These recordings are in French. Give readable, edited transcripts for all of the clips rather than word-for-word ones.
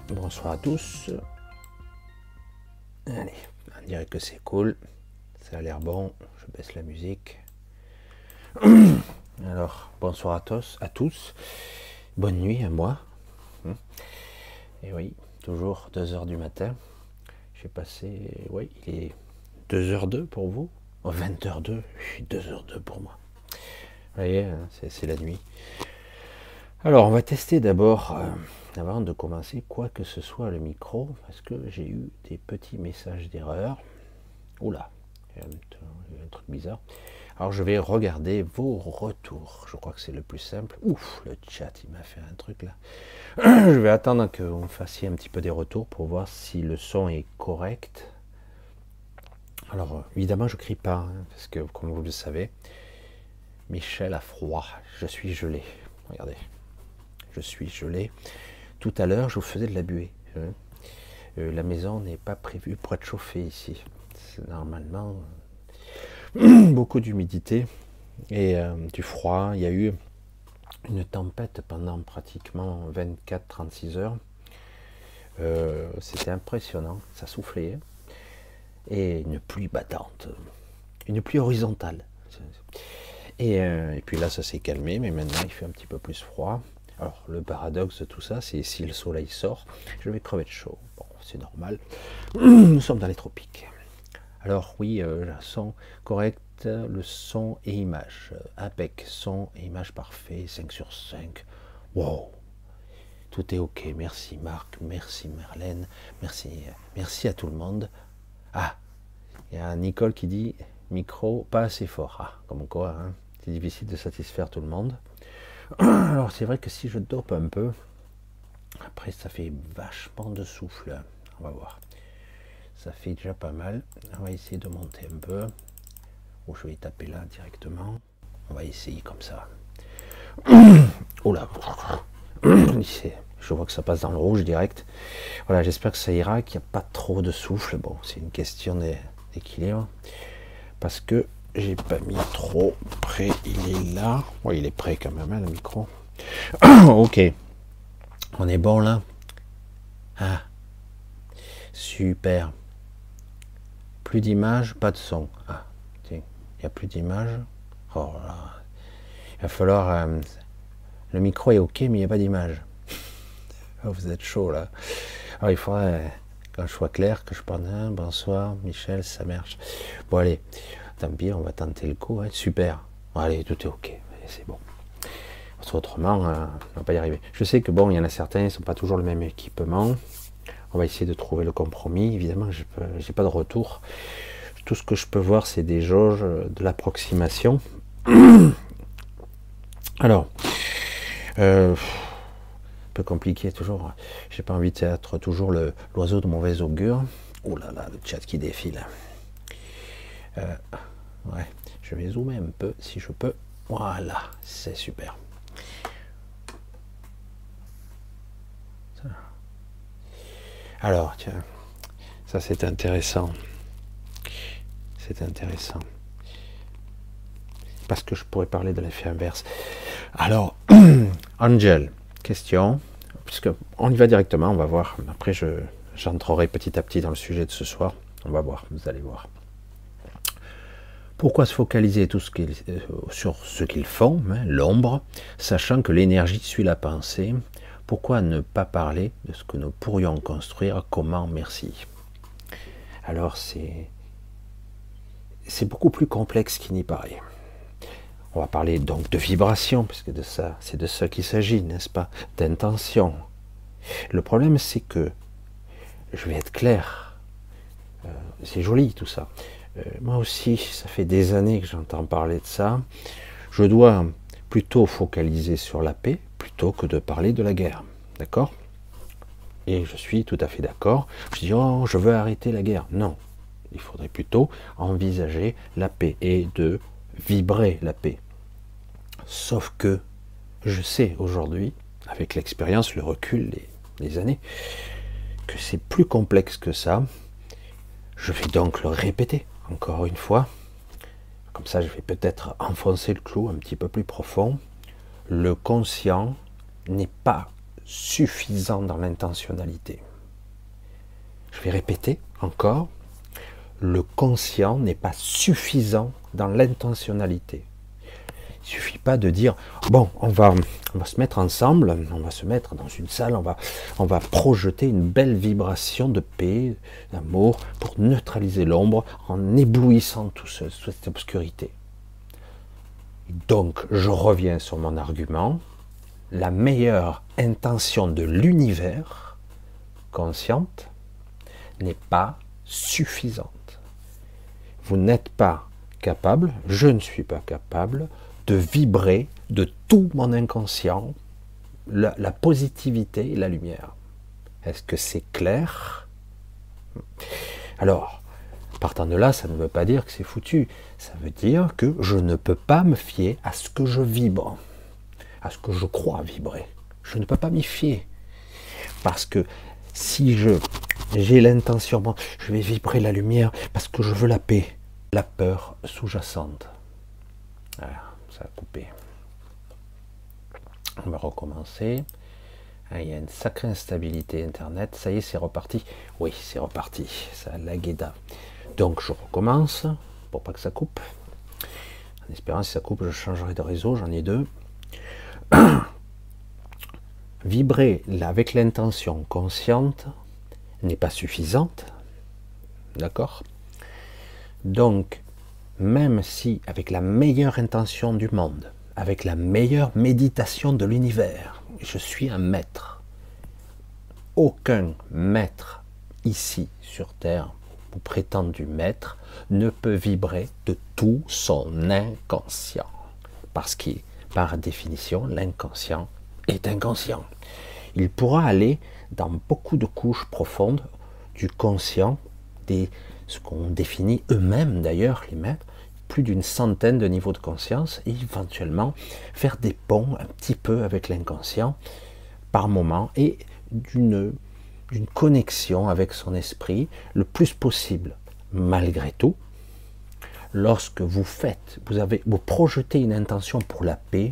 Bonsoir à tous. Allez, on dirait que c'est cool. Ça a l'air bon. Je baisse la musique. Alors, bonsoir à tous. Bonne nuit à moi. Et oui, toujours 2h du matin. J'ai passé, oui, il est 2h02 pour vous. Oh, 20h02, 2h02 pour moi. Vous voyez, c'est la nuit. Alors, on va tester d'abord, avant de commencer quoi que ce soit, le micro, parce que j'ai eu des petits messages d'erreur. Oula, il y a un truc bizarre. Alors, je vais regarder vos retours. Je crois que c'est le plus simple. Ouf, le chat, il m'a fait un truc là. Je vais attendre que vous me fassiez un petit peu des retours pour voir si le son est correct. Alors, évidemment, je crie pas, hein, parce que, comme vous le savez, Michel a froid. Je suis gelé. Regardez. Je suis gelé. Tout à l'heure, je vous faisais de la buée. La maison n'est pas prévue pour être chauffée ici. C'est normalement beaucoup d'humidité et du froid. Il y a eu une tempête pendant pratiquement 24-36 heures. C'était impressionnant. Ça soufflait. Et une pluie battante. Une pluie horizontale. Et puis là, ça s'est calmé, mais maintenant, il fait un petit peu plus froid. Alors, le paradoxe de tout ça, c'est si le soleil sort, je vais crever de chaud. Bon, c'est normal. Nous sommes dans les tropiques. Alors, oui, le son correct, le son et image. APEC, son et image parfait, 5 sur 5. Wow! Tout est OK. Merci Marc, merci Marlène, merci à tout le monde. Ah, il y a Nicole qui dit micro pas assez fort. Ah, comme quoi, hein, c'est difficile de satisfaire tout le monde. Alors c'est vrai que si je dope un peu, après ça fait vachement de souffle. On va voir. Ça fait déjà pas mal. On va essayer de monter un peu. Ou je vais taper là directement. On va essayer comme ça. Oh là. Je vois que ça passe dans le rouge direct. Voilà, j'espère que ça ira, qu'il n'y a pas trop de souffle. Bon, c'est une question d'équilibre. Parce que j'ai pas mis trop près. Il est là. Oui, il est prêt quand même, hein, le micro. Ok. On est bon là. Ah. Super. Plus d'image, pas de son. Ah, tiens, il n'y a plus d'image. Oh là. Il va falloir. Le micro est ok, mais il n'y a pas d'image. Oh, vous êtes chaud là. Alors il faudrait, quand je sois clair, que je parle. Bonsoir, Michel, ça marche. Bon, allez. Tant pis, on va tenter le coup. Hein. Super. Bon, allez, tout est ok. C'est bon. Parce qu'autrement, on ne va pas y arriver. Je sais que bon, il y en a certains, ils ne sont pas toujours le même équipement. On va essayer de trouver le compromis. Évidemment, je n'ai pas de retour. Tout ce que je peux voir, c'est des jauges de l'approximation. Alors, un peu compliqué toujours. J'ai pas envie d'être toujours l'oiseau de mauvais augure. Oh là là, le chat qui défile. Ouais, je vais zoomer un peu si je peux. Voilà, c'est super. Alors, tiens, ça c'est intéressant. C'est intéressant. Parce que je pourrais parler de l'effet inverse. Alors, Angel, question. Puisque on y va directement, on va voir. Après, j'entrerai petit à petit dans le sujet de ce soir. On va voir, vous allez voir. Pourquoi se focaliser sur ce qu'ils font, hein, l'ombre, sachant que l'énergie suit la pensée? Pourquoi ne pas parler de ce que nous pourrions construire? Comment? Merci. Alors c'est beaucoup plus complexe qu'il n'y paraît. On va parler donc de vibration, puisque c'est de ça qu'il s'agit, n'est-ce pas? D'intention. Le problème, c'est que, je vais être clair, c'est joli tout ça. Moi aussi, ça fait des années que j'entends parler de ça. Je dois plutôt focaliser sur la paix, plutôt que de parler de la guerre. D'accord? Et je suis tout à fait d'accord. Je dis, oh, je veux arrêter la guerre. Non. Il faudrait plutôt envisager la paix et de vibrer la paix. Sauf que je sais aujourd'hui, avec l'expérience, le recul, les années, que c'est plus complexe que ça. Je vais donc le répéter encore une fois. Comme ça, je vais peut-être enfoncer le clou un petit peu plus profond. Le conscient n'est pas suffisant dans l'intentionnalité. Je vais répéter encore, le conscient n'est pas suffisant dans l'intentionnalité. Il ne suffit pas de dire, bon, on va se mettre ensemble, on va se mettre dans une salle, on va projeter une belle vibration de paix, d'amour, pour neutraliser l'ombre en éblouissant toute cette obscurité. Donc, je reviens sur mon argument, la meilleure intention de l'univers consciente n'est pas suffisante. Vous n'êtes pas capable, je ne suis pas capable de vibrer de tout mon inconscient la positivité et la lumière. Est-ce que c'est clair? Alors, partant de là, ça ne veut pas dire que c'est foutu. Ça veut dire que je ne peux pas me fier à ce que je vibre, à ce que je crois vibrer. Je ne peux pas m'y fier. Parce que si j'ai l'intention, bon, je vais vibrer la lumière parce que je veux la paix, la peur sous-jacente. Voilà, ça a coupé. On va recommencer. Ah, il y a une sacrée instabilité Internet. Ça y est, c'est reparti. Oui, c'est reparti. Ça a lagué. Donc, je recommence pour pas que ça coupe. En espérant que si ça coupe, je changerai de réseau. J'en ai deux. Vibrer avec l'intention consciente n'est pas suffisante. D'accord? Donc, même si avec la meilleure intention du monde, avec la meilleure méditation de l'univers, je suis un maître. Aucun maître ici sur Terre, ou prétendu maître, ne peut vibrer de tout son inconscient. Parce que, par définition, l'inconscient est inconscient. Il pourra aller dans beaucoup de couches profondes du conscient, ce qu'on définit eux-mêmes d'ailleurs, les maîtres, plus d'une centaine de niveaux de conscience, et éventuellement faire des ponts un petit peu avec l'inconscient par moment, et d'une connexion avec son esprit le plus possible. Malgré tout, lorsque vous projetez une intention pour la paix,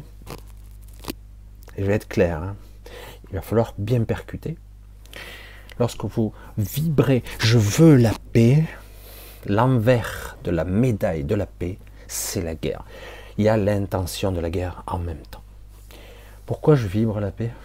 je vais être clair, hein, il va falloir bien percuter. Lorsque vous vibrez, je veux la paix, l'envers de la médaille de la paix, c'est la guerre. Il y a l'intention de la guerre en même temps. Pourquoi je vibre la paix?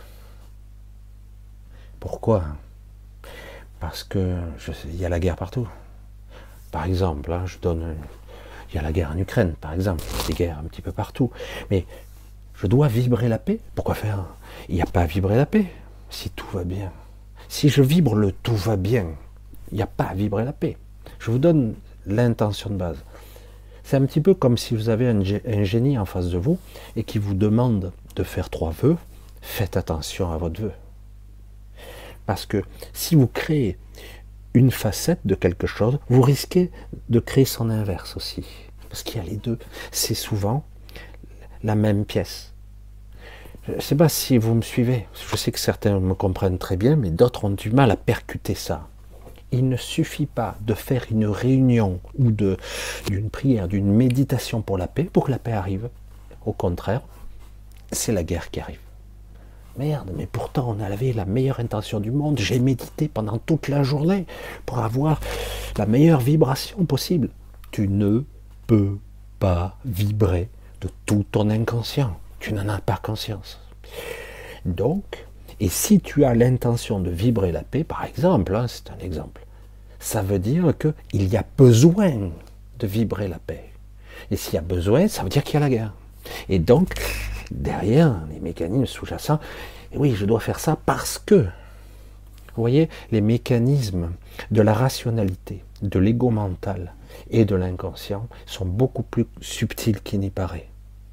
Pourquoi? Parce que il y a la guerre partout. Par exemple, hein, il y a la guerre en Ukraine, par exemple, il y a des guerres un petit peu partout. Mais je dois vibrer la paix. Pourquoi faire? Il n'y a pas à vibrer la paix si tout va bien. Si je vibre le tout va bien, il n'y a pas à vibrer la paix. Je vous donne l'intention de base. C'est un petit peu comme si vous avez un génie en face de vous et qui vous demande de faire 3 vœux. Faites attention à votre vœu. Parce que si vous créez une facette de quelque chose, vous risquez de créer son inverse aussi. Parce qu'il y a les deux. C'est souvent la même pièce. Je ne sais pas si vous me suivez. Je sais que certains me comprennent très bien, mais d'autres ont du mal à percuter ça. Il ne suffit pas de faire une réunion ou d'une prière, d'une méditation pour la paix, pour que la paix arrive. Au contraire, c'est la guerre qui arrive. Merde, mais pourtant on avait la meilleure intention du monde, j'ai médité pendant toute la journée pour avoir la meilleure vibration possible. Tu ne peux pas vibrer de tout ton inconscient, tu n'en as pas conscience. Donc, et si tu as l'intention de vibrer la paix, par exemple, hein, c'est un exemple, ça veut dire qu'il y a besoin de vibrer la paix. Et s'il y a besoin, ça veut dire qu'il y a la guerre. Et donc, derrière, les mécanismes sous-jacents, oui, je dois faire ça parce que, vous voyez, les mécanismes de la rationalité, de l'ego mental et de l'inconscient sont beaucoup plus subtils qu'il n'y paraît.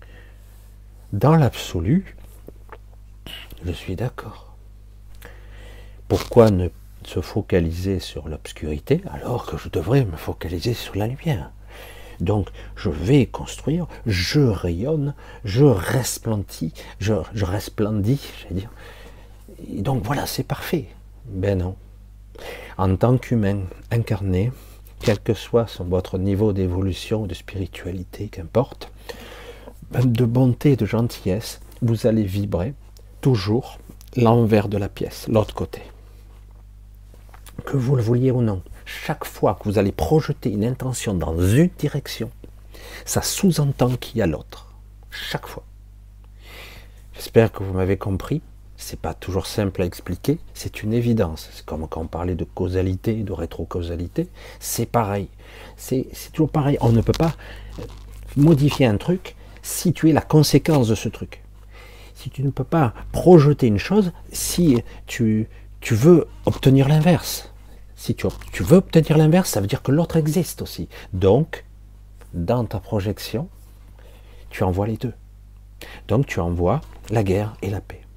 Dans l'absolu, je suis d'accord. Pourquoi ne se focaliser sur l'obscurité alors que je devrais me focaliser sur la lumière? Donc, je vais construire, je rayonne, je resplendis, je resplendis, j'allais dire. Et donc voilà, c'est parfait. Ben non. En tant qu'humain incarné, quel que soit votre niveau d'évolution ou de spiritualité, qu'importe, de bonté, de gentillesse, vous allez vibrer toujours l'envers de la pièce, l'autre côté. Que vous le vouliez ou non, chaque fois que vous allez projeter une intention dans une direction, ça sous-entend qu'il y a l'autre. Chaque fois. J'espère que vous m'avez compris. C'est pas toujours simple à expliquer, c'est une évidence. C'est comme quand on parlait de causalité, de rétrocausalité, c'est pareil. C'est toujours pareil. On ne peut pas modifier un truc si tu es la conséquence de ce truc. Si tu ne peux pas projeter une chose, si tu veux obtenir l'inverse. Si tu veux obtenir l'inverse, ça veut dire que l'autre existe aussi. Donc, dans ta projection, tu envoies les deux. Donc tu envoies la guerre et la paix.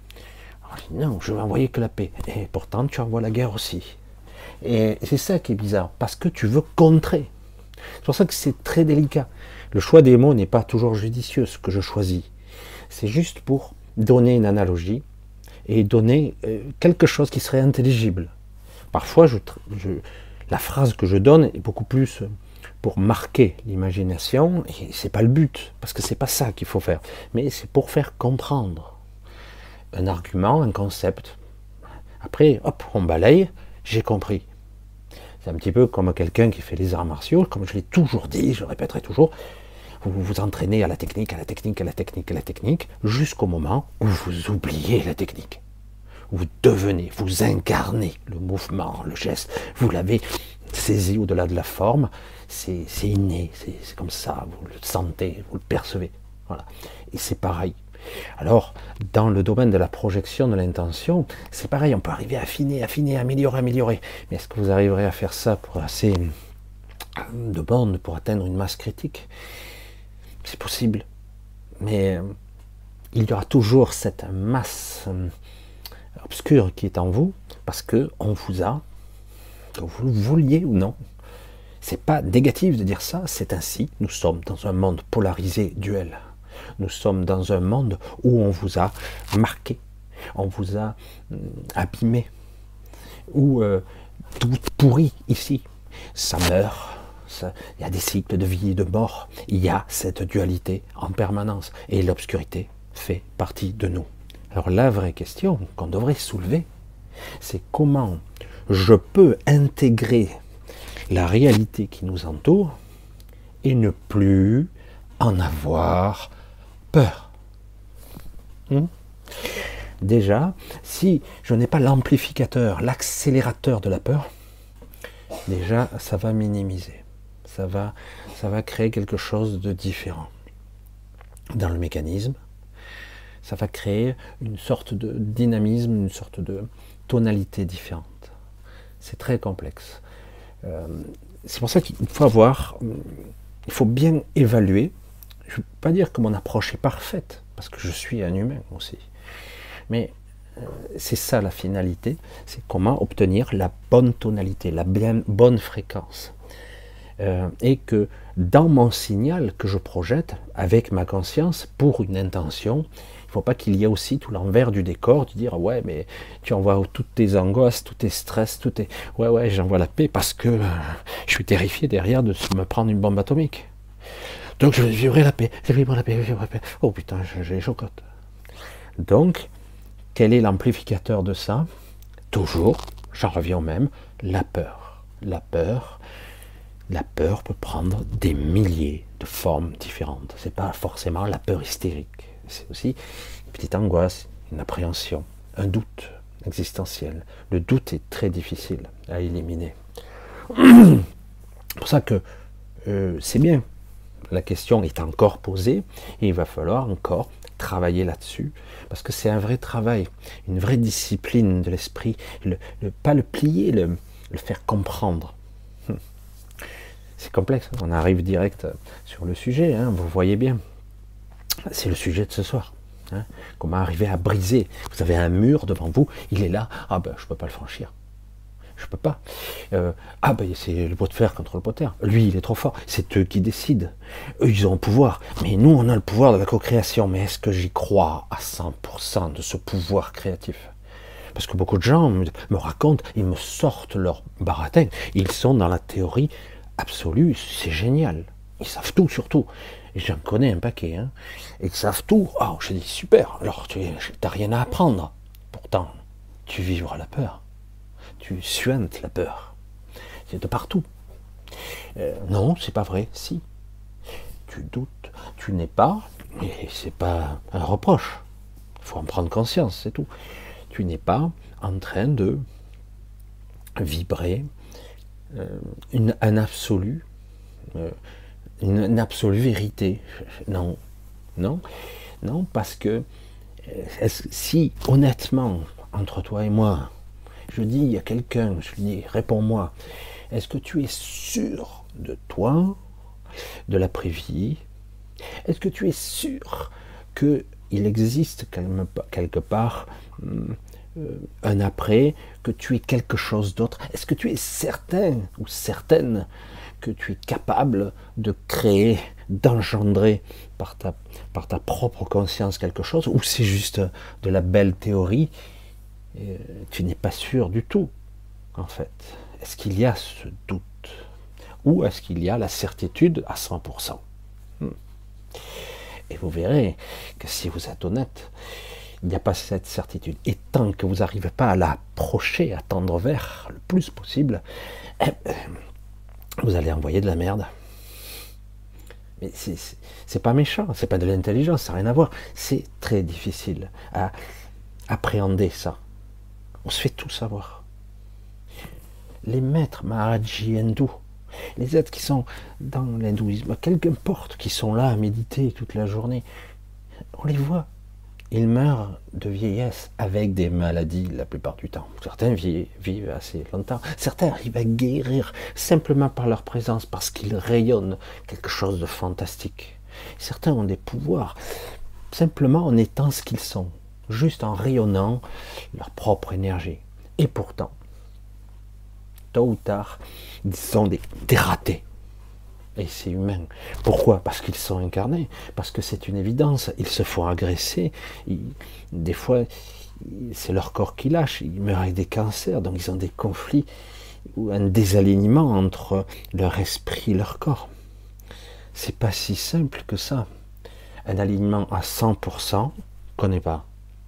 Non, je vais envoyer que la paix. Et pourtant, tu envoies la guerre aussi. Et c'est ça qui est bizarre, parce que tu veux contrer. C'est pour ça que c'est très délicat. Le choix des mots n'est pas toujours judicieux, ce que je choisis. C'est juste pour donner une analogie et donner quelque chose qui serait intelligible. Parfois, la phrase que je donne est beaucoup plus pour marquer l'imagination, et c'est pas le but, parce que c'est pas ça qu'il faut faire. Mais c'est pour faire comprendre un argument, un concept. Après, hop, on balaye, j'ai compris. C'est un petit peu comme quelqu'un qui fait les arts martiaux, comme je l'ai toujours dit, je le répéterai toujours, vous vous entraînez à la technique, à la technique, à la technique, à la technique, jusqu'au moment où vous oubliez la technique. Vous devenez, vous incarnez le mouvement, le geste, vous l'avez saisi au-delà de la forme, c'est inné, c'est comme ça, vous le sentez, vous le percevez. Voilà. Et c'est pareil. Alors, dans le domaine de la projection de l'intention, c'est pareil, on peut arriver à affiner, améliorer. Mais est-ce que vous arriverez à faire ça pour assez de bornes pour atteindre une masse critique? C'est possible. Mais il y aura toujours cette masse obscure qui est en vous, parce que on vous a, que vous le vouliez ou non. C'est pas négatif de dire ça, c'est ainsi. Nous sommes dans un monde polarisé, duel. Nous sommes dans un monde où on vous a marqué, on vous a abîmé, où tout pourrit ici. Ça meurt, il y a des cycles de vie et de mort, il y a cette dualité en permanence. Et l'obscurité fait partie de nous. Alors la vraie question qu'on devrait soulever, c'est comment je peux intégrer la réalité qui nous entoure et ne plus en avoir peur. Déjà, si je n'ai pas l'amplificateur, l'accélérateur de la peur, déjà ça va minimiser. Ça va créer quelque chose de différent dans le mécanisme. Ça va créer une sorte de dynamisme, une sorte de tonalité différente. C'est très complexe. C'est pour ça qu'il faut il faut bien évaluer. Je ne veux pas dire que mon approche est parfaite, parce que je suis un humain aussi. Mais c'est ça la finalité, c'est comment obtenir la bonne tonalité, la bonne fréquence. Et que dans mon signal que je projette avec ma conscience pour une intention, il ne faut pas qu'il y ait aussi tout l'envers du décor, de dire ouais mais tu envoies toutes tes angoisses, tous tes stress, ouais j'envoie la paix parce que je suis terrifié derrière de me prendre une bombe atomique. Donc je vais vibrer la paix, oh putain j'ai les chocottes. Donc quel est l'amplificateur de ça? Toujours, j'en reviens au même, la peur. La peur peut prendre des milliers de formes différentes. C'est pas forcément la peur hystérique. C'est aussi une petite angoisse, une appréhension, un doute existentiel. Le doute est très difficile à éliminer. C'est pour ça que c'est bien. La question est encore posée et il va falloir encore travailler là-dessus parce que c'est un vrai travail, une vraie discipline de l'esprit. Pas le plier, le faire comprendre. C'est complexe, on arrive direct sur le sujet, hein, vous voyez bien. C'est le sujet de ce soir. Hein. Comment arriver à briser. Vous avez un mur devant vous, il est là, ah ben je ne peux pas le franchir. Je ne peux pas. Ah ben c'est le pot de fer contre le pot de terre. Lui il est trop fort, c'est eux qui décident. Eux ils ont le pouvoir, mais nous on a le pouvoir de la co-création. Mais est-ce que j'y crois à 100% de ce pouvoir créatif? Parce que beaucoup de gens me racontent, ils me sortent leur baratin. Ils sont dans la théorie absolue, c'est génial. Ils savent tout surtout. J'en connais un paquet. Hein. Ils savent tout. Oh, je dis super. Alors tu n'as rien à apprendre. Pourtant, tu vivras la peur. Tu suintes la peur. C'est de partout. Non, c'est pas vrai. Si. Tu doutes. Tu n'es pas, et c'est pas un reproche. Il faut en prendre conscience, c'est tout. Tu n'es pas en train de vibrer un absolu, une absolue vérité. Non, non, non, parce que si honnêtement, entre toi et moi, je dis à quelqu'un, je lui dis, réponds-moi, est-ce que tu es sûr de toi, de l'après-vie? Est-ce que tu es sûr qu'il existe quelque part un après, que tu es quelque chose d'autre? Est-ce que tu es certain ou certaine que tu es capable de créer, d'engendrer par ta propre conscience quelque chose, ou c'est juste de la belle théorie et tu n'es pas sûr du tout, en fait? Est-ce qu'il y a ce doute? Ou est-ce qu'il y a la certitude à 100%? Et vous verrez que si vous êtes honnête, il n'y a pas cette certitude. Et tant que vous n'arrivez pas à l'approcher, à tendre vers le plus possible, vous allez envoyer de la merde. Mais c'est pas méchant, c'est pas de l'intelligence, ça n'a rien à voir. C'est très difficile à appréhender ça. On se fait tout savoir. Les maîtres Maharaji hindous, les êtres qui sont dans l'hindouisme, qu'importe, qui sont là à méditer toute la journée, on les voit. Ils meurent de vieillesse avec des maladies la plupart du temps. Certains vivent assez longtemps. Certains arrivent à guérir simplement par leur présence, parce qu'ils rayonnent quelque chose de fantastique. Certains ont des pouvoirs simplement en étant ce qu'ils sont, juste en rayonnant leur propre énergie. Et pourtant, tôt ou tard, ils sont des ratés. Et c'est humain. Pourquoi? Parce qu'ils sont incarnés, parce que c'est une évidence. Ils se font agresser. Des fois, c'est leur corps qui lâche. Ils meurent avec des cancers, donc ils ont des conflits ou un désalignement entre leur esprit et leur corps. C'est pas si simple que ça. Un alignement à 100%, on ne connaît pas.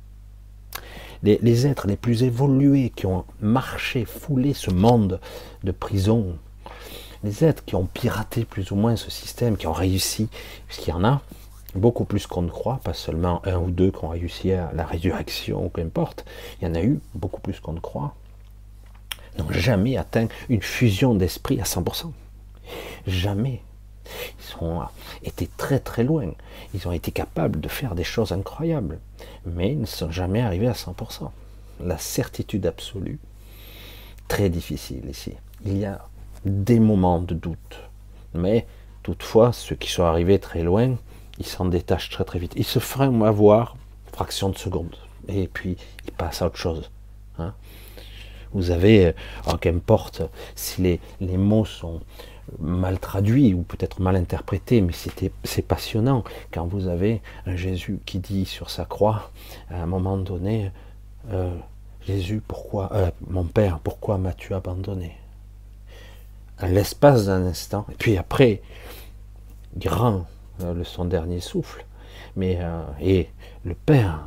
Les êtres les plus évolués qui ont marché, foulé ce monde de prison, les êtres qui ont piraté plus ou moins ce système, qui ont réussi, puisqu'il y en a beaucoup plus qu'on ne croit, pas seulement un ou deux qui ont réussi à la résurrection ou qu'importe, il y en a eu beaucoup plus qu'on ne croit, n'ont jamais atteint une fusion d'esprit à 100%. Jamais. Ils ont été très très loin. Ils ont été capables de faire des choses incroyables, mais ils ne sont jamais arrivés à 100%. La certitude absolue, très difficile ici. Il y a des moments de doute, mais toutefois, ceux qui sont arrivés très loin, ils s'en détachent très très vite. Ils se feront avoir fraction de seconde, et puis ils passent à autre chose. Hein. Vous avez, qu'importe si les mots sont mal traduits ou peut-être mal interprétés, mais c'est passionnant quand vous avez un Jésus qui dit sur sa croix, à un moment donné, Jésus, pourquoi, mon Père, pourquoi m'as-tu abandonné? À l'espace d'un instant, et puis après, il rend son dernier souffle, mais et le Père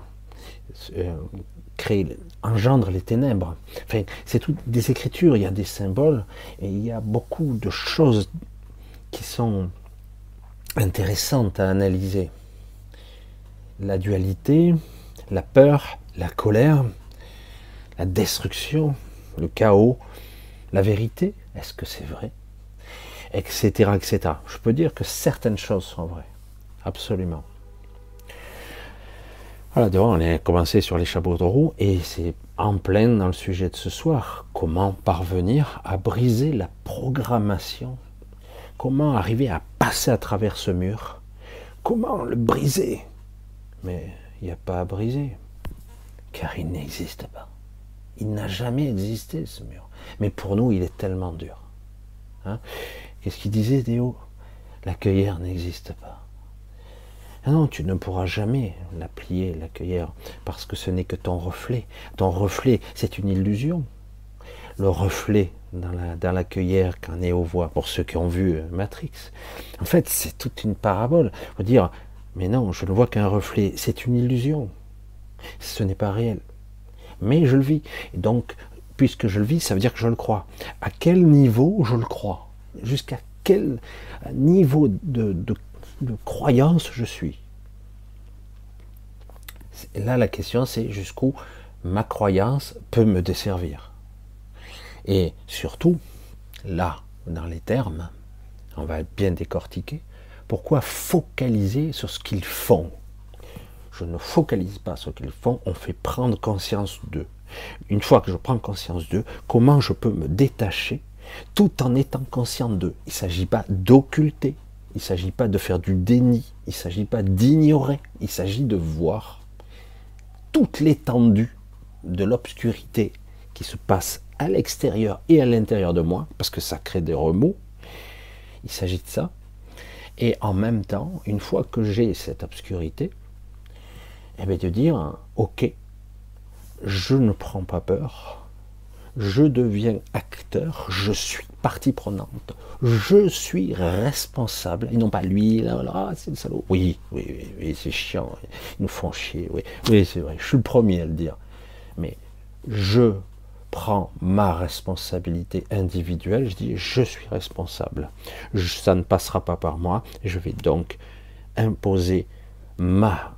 engendre les ténèbres. Enfin, c'est toutes des écritures, il y a des symboles, et il y a beaucoup de choses qui sont intéressantes à analyser. La dualité, la peur, la colère, la destruction, le chaos, la vérité, est-ce que c'est vrai? Etc., etc. Je peux dire que certaines choses sont vraies. Absolument. Voilà, donc on a commencé sur les chapeaux de roue et c'est en plein dans le sujet de ce soir. Comment parvenir à briser la programmation? Comment arriver à passer à travers ce mur? Comment le briser? Mais il n'y a pas à briser, car il n'existe pas. Il n'a jamais existé, ce mur. Mais pour nous, il est tellement dur. Hein? Qu'est-ce qu'il disait, Déo? La cueillère n'existe pas. Ah non, tu ne pourras jamais la plier, la cueillère, parce que ce n'est que ton reflet. Ton reflet, c'est une illusion. Le reflet dans la cueillère qu'un Néo voit, pour ceux qui ont vu Matrix. En fait, c'est toute une parabole. Il faut dire, mais non, je ne vois qu'un reflet. C'est une illusion. Ce n'est pas réel. mais je le vis. Et donc, puisque je le vis, ça veut dire que je le crois. À quel niveau je le crois? Jusqu'à quel niveau de croyance je suis? Et là, la question, c'est jusqu'où ma croyance peut me desservir. Et surtout, là, dans les termes, on va bien décortiquer, pourquoi focaliser sur ce qu'ils font? Je ne focalise pas sur ce qu'ils font, on fait prendre conscience d'eux. Une fois que je prends conscience d'eux, comment je peux me détacher tout en étant conscient d'eux? Il ne s'agit pas d'occulter, il ne s'agit pas de faire du déni, il ne s'agit pas d'ignorer, il s'agit de voir toute l'étendue de l'obscurité qui se passe à l'extérieur et à l'intérieur de moi, parce que ça crée des remous. Il s'agit de ça. Et en même temps, une fois que j'ai cette obscurité, eh bien de dire, ok, je ne prends pas peur, je deviens acteur, je suis partie prenante, je suis responsable, et non pas lui, là, là c'est le salaud. Oui, oui, oui, oui, c'est chiant, ils nous font chier, oui, oui, c'est vrai, je suis le premier à le dire. Mais je prends ma responsabilité individuelle, je dis je suis responsable, ça ne passera pas par moi, je vais donc imposer ma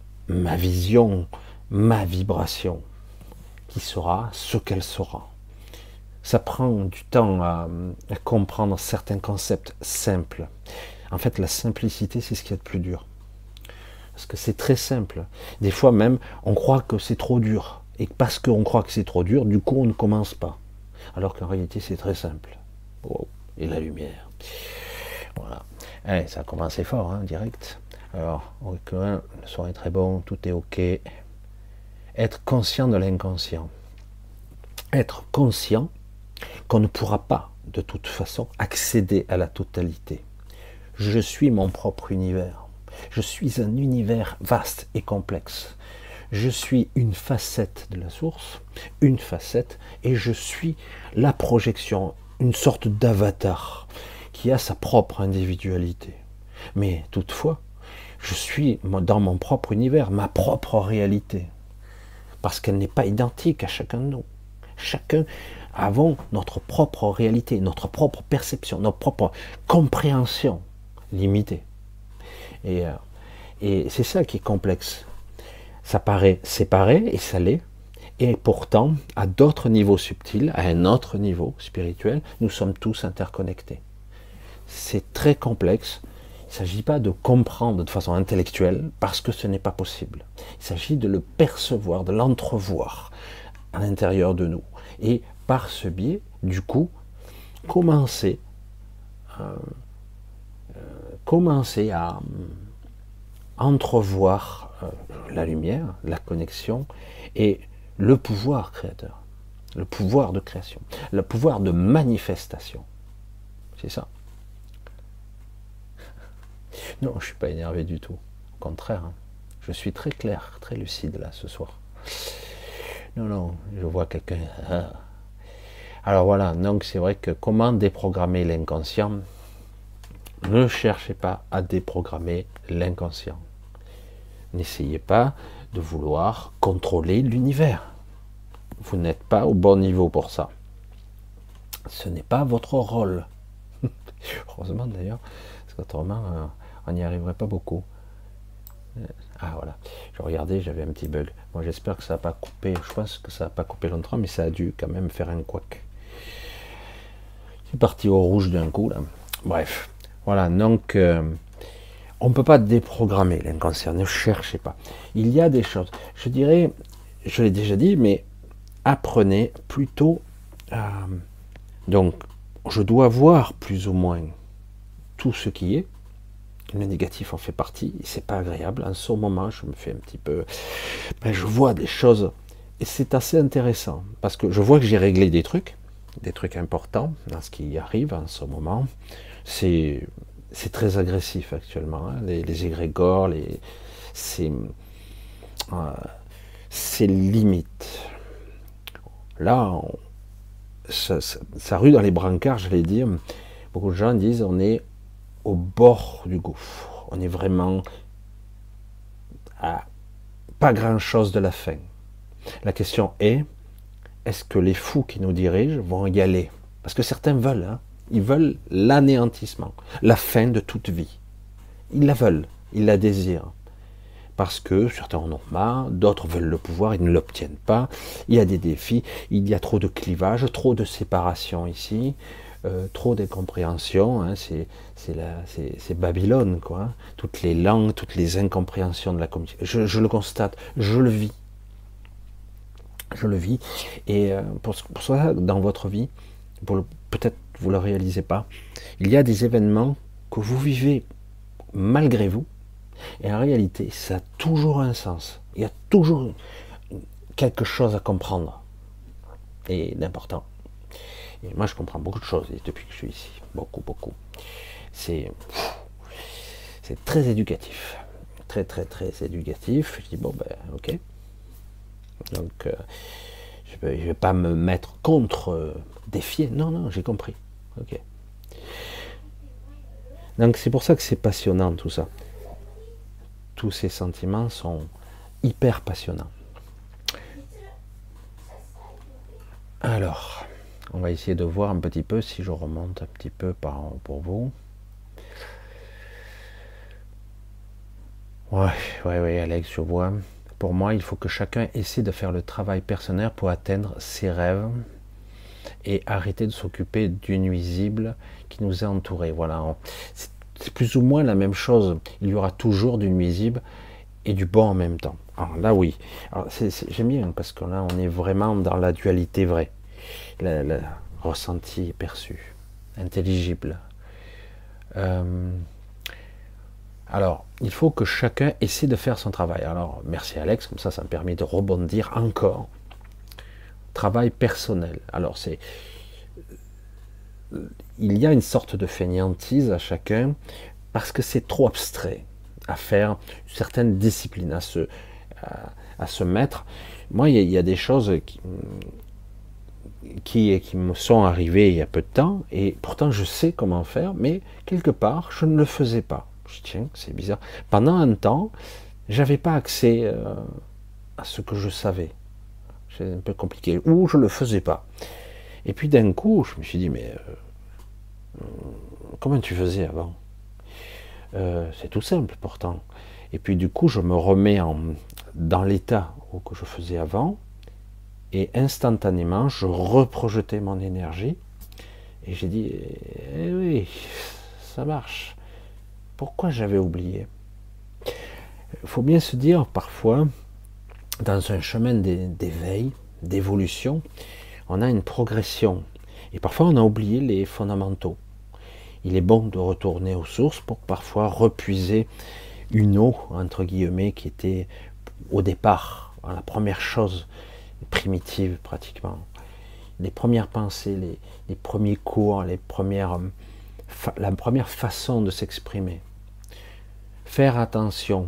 vision, ma vibration, qui sera ce qu'elle sera. Ça prend du temps à comprendre certains concepts simples. En fait, la simplicité, c'est ce qu'il y a de plus dur. Parce que c'est très simple. Des fois même, on croit que c'est trop dur. Et parce qu'on croit que c'est trop dur, du coup, on ne commence pas. Alors qu'en réalité, c'est très simple. Oh, et la lumière. Voilà. Allez, ça a commencé fort, hein, direct. Alors, ok, le son est très bon, tout est ok. Être conscient de l'inconscient. Être conscient qu'on ne pourra pas, de toute façon, accéder à la totalité. Je suis mon propre univers. Je suis un univers vaste et complexe. Je suis une facette de la source, une facette, et je suis la projection, une sorte d'avatar qui a sa propre individualité. Mais toutefois, je suis dans mon propre univers, ma propre réalité, parce qu'elle n'est pas identique à chacun de nous. Chacun avons notre propre réalité, notre propre perception, notre propre compréhension limitée. Et c'est ça qui est complexe. Ça paraît séparé, et ça l'est, et pourtant, à d'autres niveaux subtils, à un autre niveau spirituel, nous sommes tous interconnectés. C'est très complexe. Il ne s'agit pas de comprendre de façon intellectuelle, parce que ce n'est pas possible. Il s'agit de le percevoir, de l'entrevoir à l'intérieur de nous. Et par ce biais, du coup, commencer à entrevoir la lumière, la connexion et le pouvoir créateur, le pouvoir de création, le pouvoir de manifestation. C'est ça. Non, je ne suis pas énervé du tout. Au contraire, hein. Je suis très clair, très lucide là ce soir. Non, non, je vois quelqu'un. Alors voilà, donc c'est vrai que comment déprogrammer l'inconscient? Ne cherchez pas à déprogrammer l'inconscient. N'essayez pas de vouloir contrôler l'univers. Vous n'êtes pas au bon niveau pour ça. Ce n'est pas votre rôle. Heureusement d'ailleurs, parce qu'autrement, on n'y arriverait pas beaucoup. Ah voilà, je regardais, j'avais un petit bug. Bon, j'espère que ça n'a pas coupé. Je pense que ça n'a pas coupé longtemps, mais ça a dû quand même faire un couac. C'est parti au rouge d'un coup là. Bref, voilà, donc on ne peut pas déprogrammer l'inconscient, ne cherchez pas. Il y a des choses, je dirais, je l'ai déjà dit, mais apprenez plutôt à... Donc, je dois voir plus ou moins tout ce qui est. Le négatif en fait partie, c'est pas agréable. En ce moment, je me fais un petit peu... je vois des choses, et c'est assez intéressant, parce que je vois que j'ai réglé des trucs importants dans ce qui arrive en ce moment. C'est très agressif actuellement, hein, les égrégores, c'est limite. Là, ça rue dans les brancards, j'allais dire. Beaucoup de gens disent on est au bord du gouffre. On est vraiment à pas grand chose de la fin. La question est-ce que les fous qui nous dirigent vont y aller? Parce que certains veulent, hein, ils veulent l'anéantissement, la fin de toute vie. Ils la veulent, ils la désirent. Parce que certains en ont marre, d'autres veulent le pouvoir, ils ne l'obtiennent pas. Il y a des défis, il y a trop de clivages, trop de séparation ici, trop d'incompréhension. Hein, c'est Babylone, quoi. Hein. Toutes les langues, toutes les incompréhensions de la communication. Je le constate, je le vis. Je le vis. Et pour ça, dans votre vie, peut-être vous ne le réalisez pas, il y a des événements que vous vivez malgré vous. Et en réalité, ça a toujours un sens. Il y a toujours quelque chose à comprendre. Et d'important. Et moi, je comprends beaucoup de choses depuis que je suis ici. Beaucoup, beaucoup. C'est très éducatif. Très, très, très éducatif. Je dis, bon, ben, ok. Donc, je ne vais pas me mettre contre, défier. Non, non, j'ai compris. Ok. Donc, c'est pour ça que c'est passionnant, tout ça. Tous ces sentiments sont hyper passionnants. Alors, on va essayer de voir un petit peu si je remonte un petit peu pour vous. Ouais, Alex, je vois. Pour moi, il faut que chacun essaie de faire le travail personnel pour atteindre ses rêves et arrêter de s'occuper du nuisible qui nous a entourés. Voilà, c'est plus ou moins la même chose. Il y aura toujours du nuisible et du bon en même temps. Alors là, oui. J'aime bien parce que là, on est vraiment dans la dualité vraie. Le ressenti perçu, intelligible. Alors, il faut que chacun essaie de faire son travail. Alors, merci Alex, comme ça me permet de rebondir encore. Travail personnel. Alors, il y a une sorte de fainéantise à chacun parce que c'est trop abstrait à faire, une certaine discipline à se mettre. Moi, il y a des choses qui me sont arrivées il y a peu de temps et pourtant je sais comment faire, mais quelque part, je ne le faisais pas. Je dis, tiens, c'est bizarre. Pendant un temps, j'avais pas accès à ce que je savais. C'est un peu compliqué. Ou je le faisais pas. Et puis d'un coup, je me suis dit, mais comment tu faisais avant? C'est tout simple pourtant. Et puis du coup, je me remets dans l'état que je faisais avant, et instantanément, je reprojetais mon énergie, et j'ai dit, eh oui, ça marche. Pourquoi j'avais oublié? Il faut bien se dire, parfois, dans un chemin d'éveil, d'évolution, on a une progression, et parfois on a oublié les fondamentaux. Il est bon de retourner aux sources pour parfois repuiser une eau, entre guillemets, qui était au départ, la première chose primitive pratiquement. Les premières pensées, les premiers cours, la première façon de s'exprimer. Faire attention,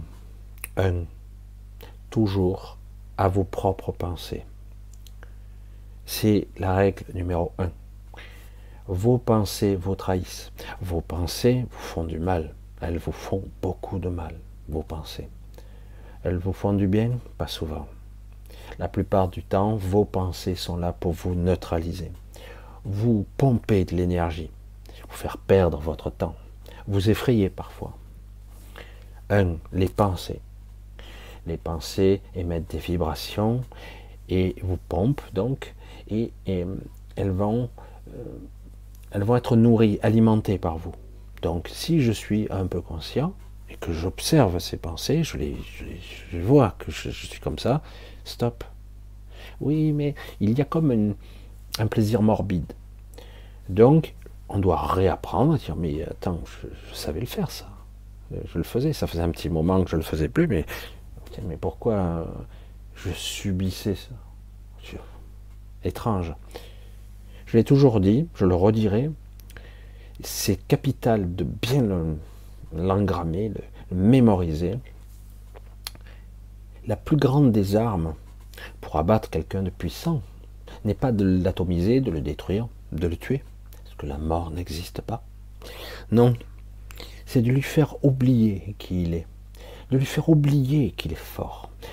toujours à vos propres pensées. C'est la règle numéro 1. Vos pensées vous trahissent. Vos pensées vous font du mal. Elles vous font beaucoup de mal, vos pensées. Elles vous font du bien? Pas souvent. La plupart du temps, vos pensées sont là pour vous neutraliser. Vous pomper de l'énergie, vous faire perdre votre temps, vous effrayer parfois. Les pensées. Les pensées émettent des vibrations et vous pompent donc, et elles vont être nourries, alimentées par vous. Donc si je suis un peu conscient et que j'observe ces pensées, je vois que je suis comme ça, stop. Oui, mais il y a comme un plaisir morbide. Donc on doit réapprendre à dire, mais attends, je savais le faire ça. Je le faisais, ça faisait un petit moment que je le faisais plus, mais pourquoi je subissais ça? Étrange. Je l'ai toujours dit, je le redirai, c'est capital de bien l'engrammer, le mémoriser. La plus grande des armes pour abattre quelqu'un de puissant n'est pas de l'atomiser, de le détruire, de le tuer, parce que la mort n'existe pas. Non, c'est de lui faire oublier qui il est, de lui faire oublier qu'il est fort,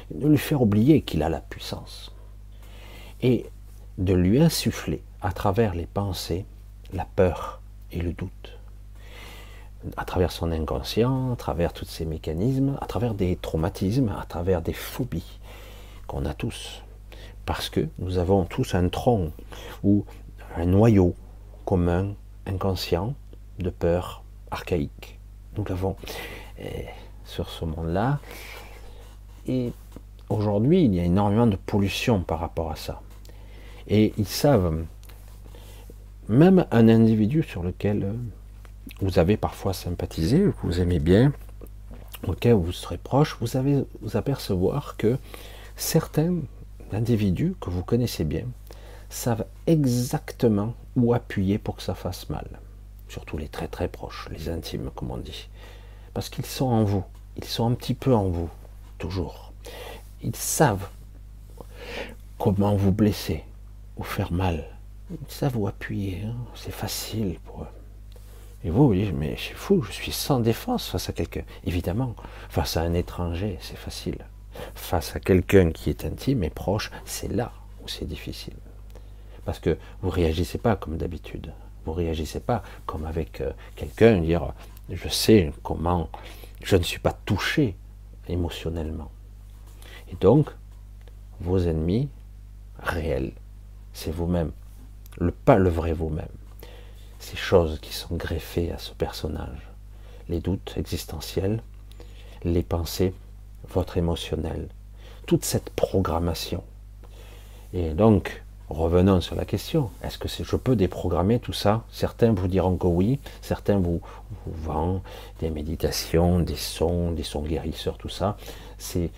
de lui faire oublier qu'il a la puissance, et de lui insuffler à travers les pensées la peur et le doute, à travers son inconscient, à travers tous ces mécanismes, à travers des traumatismes, à travers des phobies qu'on a tous, parce que nous avons tous un tronc ou un noyau commun, inconscient, de peur archaïque. Nous l'avons sur ce monde-là, et aujourd'hui il y a énormément de pollution par rapport à ça, et ils savent, même un individu sur lequel vous avez parfois sympathisé, que vous aimez bien, auquel vous serez proche, vous allez vous apercevoir que certains individus que vous connaissez bien savent exactement où appuyer pour que ça fasse mal. Surtout les très très proches, les intimes comme on dit. Parce qu'ils sont en vous, ils sont un petit peu en vous, toujours. Ils savent comment vous blesser, vous faire mal. Ils savent où appuyer, hein. C'est facile pour eux. Et vous dites, mais c'est fou, je suis sans défense face à quelqu'un. Évidemment, face à un étranger, c'est facile. Face à quelqu'un qui est intime et proche, c'est là où c'est difficile. Parce que vous ne réagissez pas comme d'habitude. Vous ne réagissez pas comme avec quelqu'un, dire, je sais comment, je ne suis pas touché émotionnellement. Et donc, vos ennemis réels, c'est vous-même. Pas le vrai vous-même. Ces choses qui sont greffées à ce personnage, les doutes existentiels, les pensées, votre émotionnel, toute cette programmation. Et donc, revenons sur la question, est-ce que je peux déprogrammer tout ça? Certains vous diront que oui, certains vous vendent des méditations, des sons guérisseurs, tout ça. C'est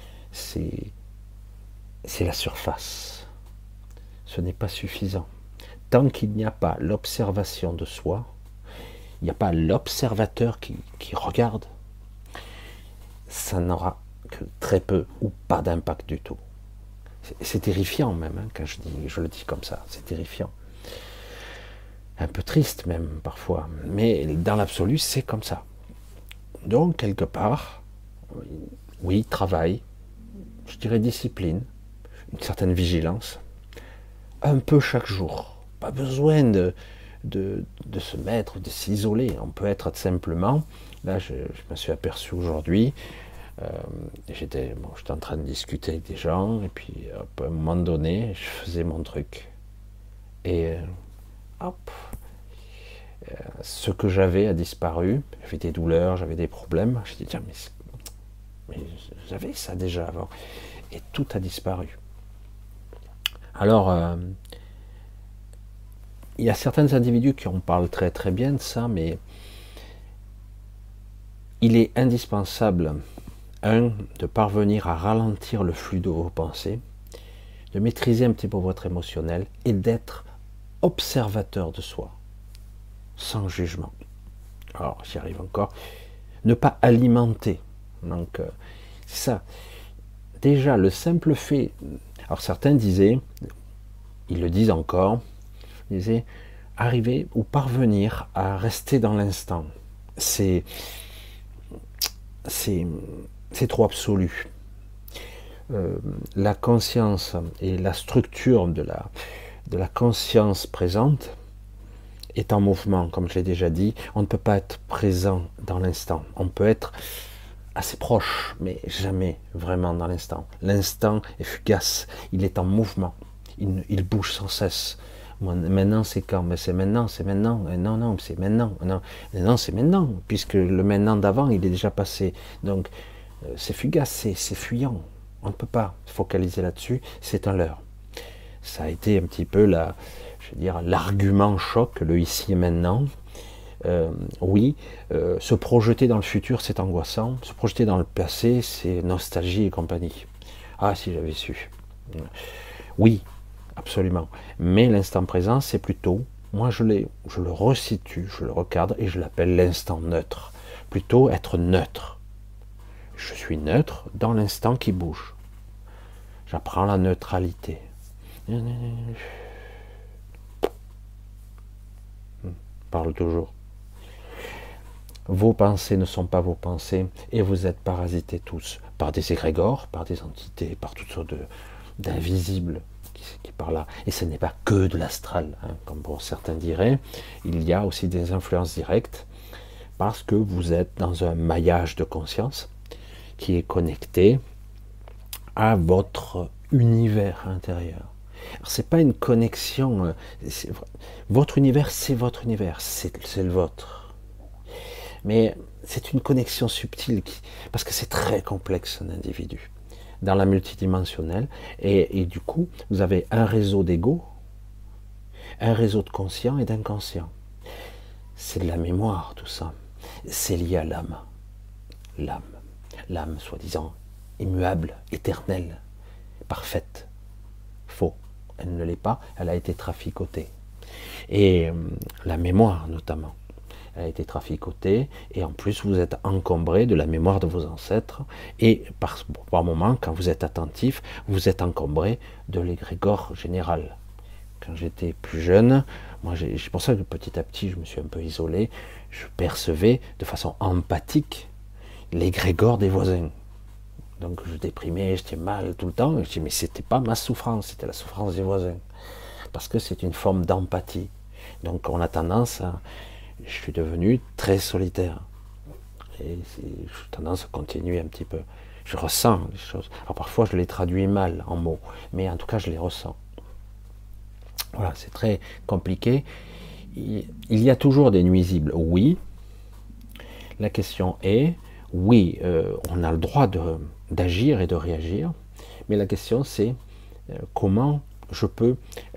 la surface. Ce n'est pas suffisant. Tant qu'il n'y a pas l'observation de soi, il n'y a pas l'observateur qui regarde, ça n'aura que très peu ou pas d'impact du tout. C'est terrifiant même, hein, quand je le dis comme ça, c'est terrifiant. Un peu triste même parfois, mais dans l'absolu c'est comme ça. Donc quelque part, oui, travail, je dirais discipline, une certaine vigilance, un peu chaque jour. Pas besoin de se mettre, de s'isoler. On peut être simplement, là je me suis aperçu aujourd'hui, j'étais en train de discuter avec des gens, et puis à un moment donné, je faisais mon truc. Et hop, ce que j'avais a disparu, j'avais des douleurs, j'avais des problèmes, j'ai dit tiens mais j'avais ça déjà avant, et tout a disparu. Alors, il y a certains individus qui en parlent très très bien de ça, mais il est indispensable, de parvenir à ralentir le flux de vos pensées, de maîtriser un petit peu votre émotionnel et d'être observateur de soi, sans jugement. Alors, j'y arrive encore. Ne pas alimenter. Donc, c'est ça. Déjà, le simple fait... Alors, certains disaient, ils le disent encore, ils disaient, arriver ou parvenir à rester dans l'instant. C'est trop absolu. La conscience et la structure de la conscience présente est en mouvement, comme je l'ai déjà dit. On ne peut pas être présent dans l'instant. On peut être assez proche, mais jamais vraiment dans l'instant. L'instant est fugace, il est en mouvement, il bouge sans cesse. Maintenant c'est quand? Mais c'est maintenant, c'est maintenant. Non, c'est maintenant. Non, c'est maintenant, puisque le maintenant d'avant, il est déjà passé. Donc, c'est fugace, c'est fuyant. On ne peut pas focaliser là-dessus, c'est un leurre. Ça a été un petit peu l'argument choc, le ici et maintenant. Oui, se projeter dans le futur, c'est angoissant. Se projeter dans le passé, c'est nostalgie et compagnie. Ah, si j'avais su. Oui, absolument. Mais l'instant présent, c'est plutôt, moi je le resitue, je le recadre et je l'appelle l'instant neutre. Plutôt être neutre. Je suis neutre dans l'instant qui bouge. J'apprends la neutralité. Parle toujours. vos pensées ne sont pas vos pensées, et vous êtes parasités tous par des égrégores, par des entités, par toutes sortes d'invisibles qui parlent là. Et ce n'est pas que de l'astral, hein, comme pour certains diraient. Il y a aussi des influences directes, parce que vous êtes dans un maillage de conscience qui est connecté à votre univers intérieur. C'est pas une connexion, votre univers, c'est votre univers, c'est le vôtre. Mais c'est une connexion subtile, parce que c'est très complexe un individu, dans la multidimensionnelle, et du coup, vous avez un réseau d'ego, un réseau de conscient et d'inconscient. C'est de la mémoire, tout ça. C'est lié à l'âme. L'âme, soi-disant, immuable, éternelle, parfaite. Faux. Elle ne l'est pas, elle a été traficotée. Et la mémoire, notamment, elle a été traficotée, et en plus, vous êtes encombré de la mémoire de vos ancêtres, et par moments, quand vous êtes attentif, vous êtes encombré de l'égrégore général. Quand j'étais plus jeune, moi, c'est pour ça que petit à petit, je me suis un peu isolé, je percevais de façon empathique l'égrégore des voisins. Donc je déprimais, j'étais mal tout le temps, et je dis mais c'était pas ma souffrance, c'était la souffrance des voisins. Parce que c'est une forme d'empathie. Donc on a tendance à... Je suis devenu très solitaire. Et j'ai tendance à continuer un petit peu. Je ressens les choses. Alors parfois je les traduis mal en mots, mais en tout cas je les ressens. Voilà, c'est très compliqué. Il y a toujours des nuisibles, oui. La question est, oui, on a le droit d'agir et de réagir, mais la question c'est comment je peux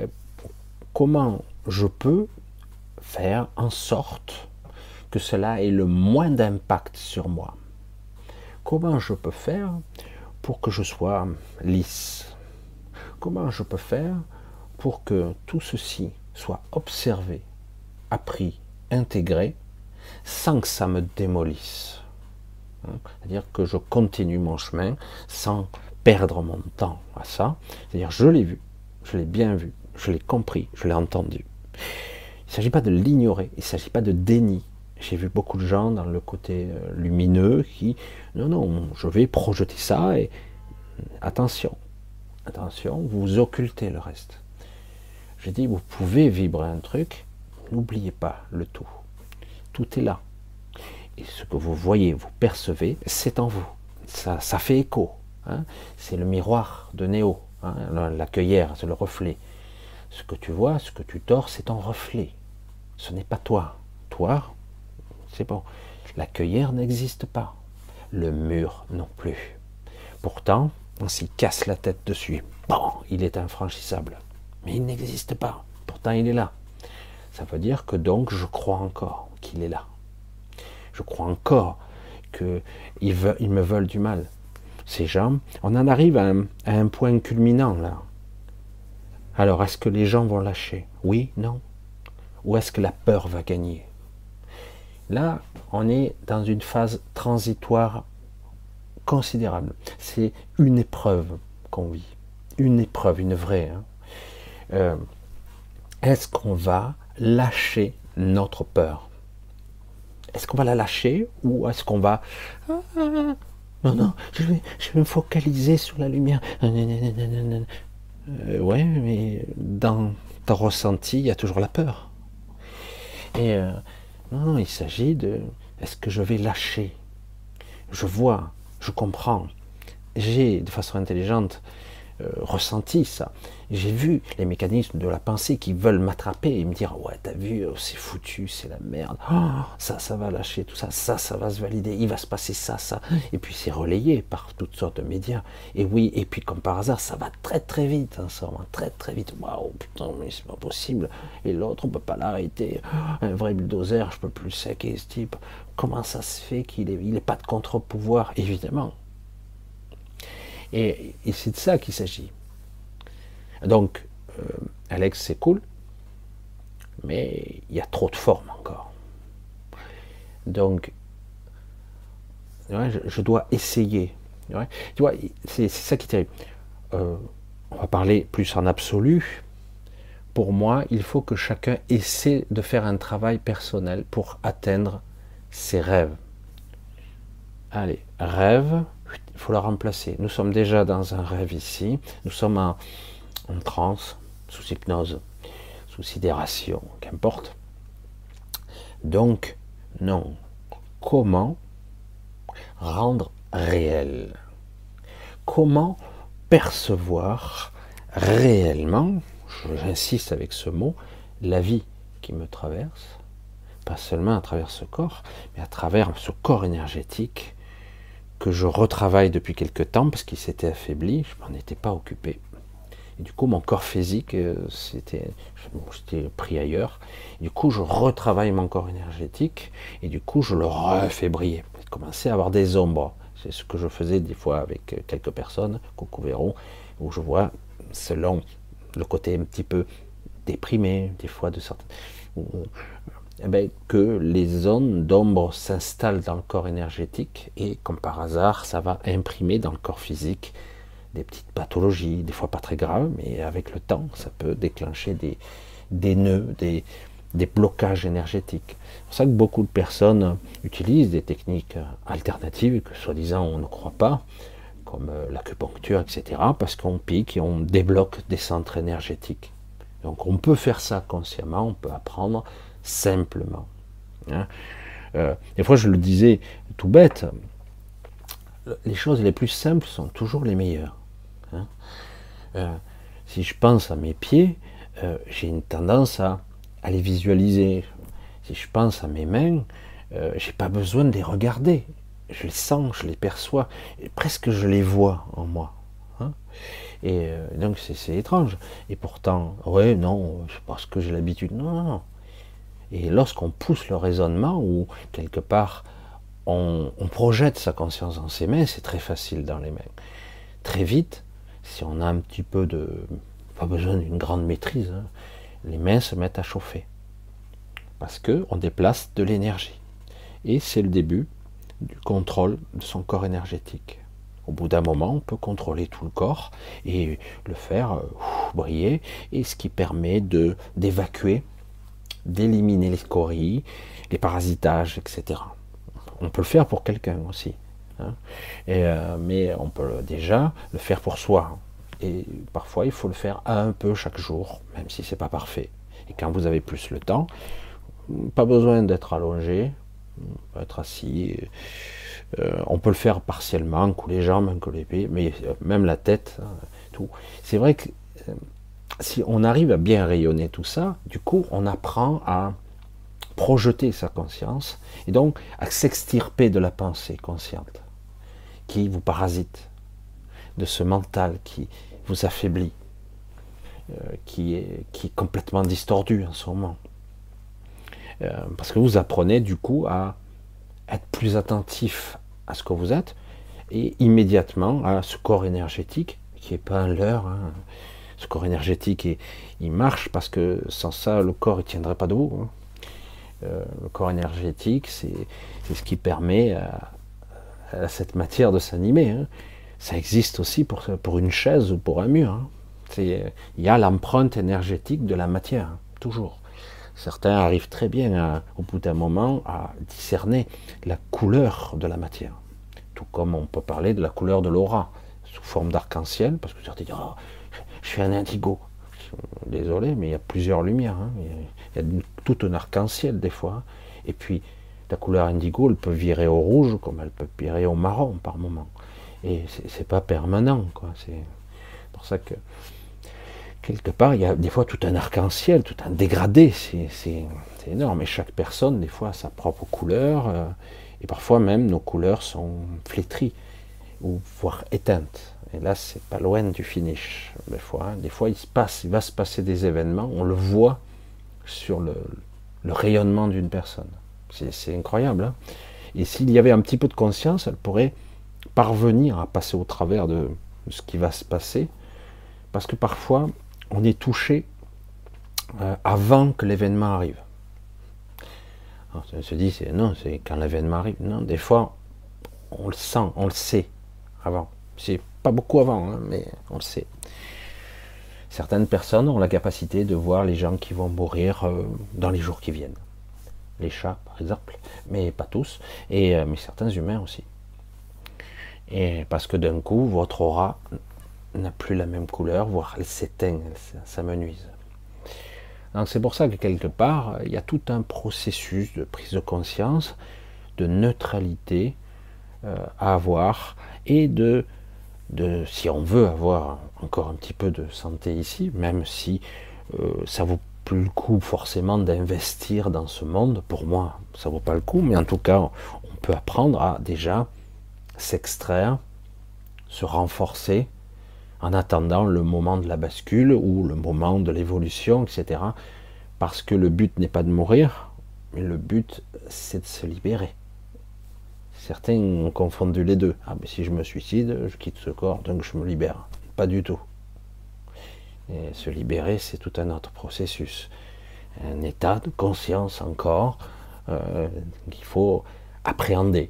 faire en sorte que cela ait le moins d'impact sur moi. Comment je peux faire pour que je sois lisse? Comment je peux faire pour que tout ceci soit observé, appris, intégré, sans que ça me démolisse? C'est-à-dire que je continue mon chemin sans perdre mon temps à ça. C'est-à-dire je l'ai vu, je l'ai bien vu, je l'ai compris, je l'ai entendu. Il ne s'agit pas de l'ignorer, il ne s'agit pas de déni. J'ai vu beaucoup de gens dans le côté lumineux qui, non, je vais projeter ça et attention, vous occultez le reste. J'ai dit, vous pouvez vibrer un truc, n'oubliez pas le tout. Tout est là. Et ce que vous voyez, vous percevez, c'est en vous. Ça fait écho. Hein. C'est le miroir de Néo, hein, la cueillère, c'est le reflet. Ce que tu vois, ce que tu tords, c'est ton reflet. Ce n'est pas toi. Toi, c'est bon. La cueillère n'existe pas. Le mur non plus. Pourtant, on s'y casse la tête dessus. Bon, il est infranchissable. Mais il n'existe pas. Pourtant, il est là. Ça veut dire que donc, je crois encore qu'il est là. Je crois encore qu'ils me veulent du mal. Ces gens, on en arrive à un point culminant là. Alors, est-ce que les gens vont lâcher? Oui, non? Ou est-ce que la peur va gagner? Là, on est dans une phase transitoire considérable. C'est une épreuve qu'on vit. Une épreuve, une vraie. Hein. Est-ce qu'on va lâcher notre peur? Est-ce qu'on va la lâcher ou est-ce qu'on va... non, je vais me focaliser sur la lumière. Ouais, mais dans ton ressenti, il y a toujours la peur. Et non, il s'agit de... Est-ce que je vais lâcher? Je vois, je comprends. J'ai, de façon intelligente, ressenti ça. J'ai vu les mécanismes de la pensée qui veulent m'attraper et me dire ouais t'as vu c'est foutu, c'est la merde, ça va lâcher tout ça, ça va se valider, il va se passer ça, et puis c'est relayé par toutes sortes de médias, et oui, et puis comme par hasard ça va très très vite, hein, ça va très très vite, waouh putain mais c'est pas possible, et l'autre on peut pas l'arrêter, un vrai bulldozer, je peux plus le saquer ce type, comment ça se fait qu'il est pas de contre-pouvoir, évidemment. Et c'est de ça qu'il s'agit. Donc, Alex, c'est cool, mais il y a trop de formes encore. Donc, ouais, je dois essayer. Ouais. Tu vois, c'est ça qui est terrible. On va parler plus en absolu. Pour moi, il faut que chacun essaie de faire un travail personnel pour atteindre ces rêves. Allez, rêve, il faut le remplacer. Nous sommes déjà dans un rêve ici, nous sommes en transe, sous hypnose, sous sidération, qu'importe. Donc, non. Comment rendre réel? Comment percevoir réellement, j'insiste avec ce mot, la vie qui me traverse, pas seulement à travers ce corps, mais à travers ce corps énergétique que je retravaille depuis quelque temps parce qu'il s'était affaibli, je m'en étais pas occupé. Et du coup, mon corps physique, j'étais pris ailleurs. Et du coup, je retravaille mon corps énergétique et du coup, je le refais briller. J'ai commencé à avoir des ombres. C'est ce que je faisais des fois avec quelques personnes, coucou Véron, où je vois, selon le côté un petit peu déprimé, des fois de certaines, que les zones d'ombre s'installent dans le corps énergétique et, comme par hasard, ça va imprimer dans le corps physique des petites pathologies, des fois pas très graves, mais avec le temps, ça peut déclencher des nœuds, des blocages énergétiques. C'est pour ça que beaucoup de personnes utilisent des techniques alternatives que soi-disant on ne croit pas, comme l'acupuncture, etc., parce qu'on pique et on débloque des centres énergétiques. Donc on peut faire ça consciemment, on peut apprendre simplement. Hein. Des fois je le disais tout bête, les choses les plus simples sont toujours les meilleures. Hein. Si je pense à mes pieds, j'ai une tendance à les visualiser. Si je pense à mes mains, j'ai pas besoin de les regarder. Je les sens, je les perçois, et presque je les vois en moi. Hein. Et donc c'est étrange. Et pourtant, ouais, non, c'est parce que j'ai l'habitude. Non, non, non. Et lorsqu'on pousse le raisonnement, ou quelque part on projette sa conscience dans ses mains, c'est très facile dans les mains. Très vite, si on a un petit peu de... pas besoin d'une grande maîtrise, hein, les mains se mettent à chauffer. Parce qu'on déplace de l'énergie. Et c'est le début du contrôle de son corps énergétique. Au bout d'un moment, on peut contrôler tout le corps et le faire briller, et ce qui permet d'évacuer, d'éliminer les scories, les parasitages, etc. On peut le faire pour quelqu'un aussi. Hein. Mais on peut déjà le faire pour soi. Et parfois, il faut le faire un peu chaque jour, même si c'est pas parfait. Et quand vous avez plus le temps, pas besoin d'être allongé, on peut être assis. On peut le faire partiellement, un coup les jambes, un coup les pieds, mais même la tête, tout. C'est vrai que si on arrive à bien rayonner tout ça, du coup, on apprend à projeter sa conscience et donc à s'extirper de la pensée consciente qui vous parasite, de ce mental qui vous affaiblit, qui est complètement distordu en ce moment. Parce que vous apprenez du coup à être plus attentif à ce que vous êtes et immédiatement à ce corps énergétique qui n'est pas un leurre. Hein. Ce corps énergétique, il marche parce que sans ça, le corps ne tiendrait pas debout. Hein. Le corps énergétique, c'est ce qui permet à cette matière de s'animer. Hein. Ça existe aussi pour une chaise ou pour un mur. Hein. Il y a l'empreinte énergétique de la matière, hein, toujours. Certains arrivent très bien, au bout d'un moment, à discerner la couleur de la matière. Tout comme on peut parler de la couleur de l'aura, sous forme d'arc-en-ciel, parce que certains disent oh, je suis un indigo. Désolé, mais il y a plusieurs lumières. Hein. Il y a tout un arc-en-ciel des fois. Hein. Et puis, la couleur indigo, elle peut virer au rouge, comme elle peut virer au marron par moment. Et c'est pas permanent, quoi. C'est pour ça que quelque part, il y a des fois tout un arc-en-ciel, tout un dégradé, c'est énorme. Et chaque personne, des fois, a sa propre couleur, et parfois même nos couleurs sont flétries, ou voire éteintes. Et là, c'est pas loin du finish, des fois. Hein. Des fois, il va se passer des événements, on le voit sur le rayonnement d'une personne. C'est incroyable. Hein. Et s'il y avait un petit peu de conscience, elle pourrait parvenir à passer au travers de ce qui va se passer, parce que parfois, on est touché avant que l'événement arrive. Alors, on se dit, non, c'est quand l'événement arrive. Non, des fois, on le sent, on le sait avant. C'est pas beaucoup avant, hein, mais on le sait. Certaines personnes ont la capacité de voir les gens qui vont mourir dans les jours qui viennent. les chats par exemple, mais pas tous, mais certains humains aussi. Et parce que d'un coup, votre aura n'a plus la même couleur, voire elle s'éteint, ça m'amenuise. Donc c'est pour ça que quelque part, il y a tout un processus de prise de conscience, de neutralité à avoir, et si on veut avoir encore un petit peu de santé ici, même si ça vaut plus le coup forcément d'investir dans ce monde, pour moi ça vaut pas le coup, mais en tout cas on peut apprendre à déjà s'extraire, se renforcer, en attendant le moment de la bascule ou le moment de l'évolution, etc. Parce que le but n'est pas de mourir, mais le but c'est de se libérer. Certains ont confondu les deux. Ah, mais si je me suicide, je quitte ce corps, donc je me libère. Pas du tout. Et se libérer, c'est tout un autre processus. Un état de conscience encore qu'il faut appréhender.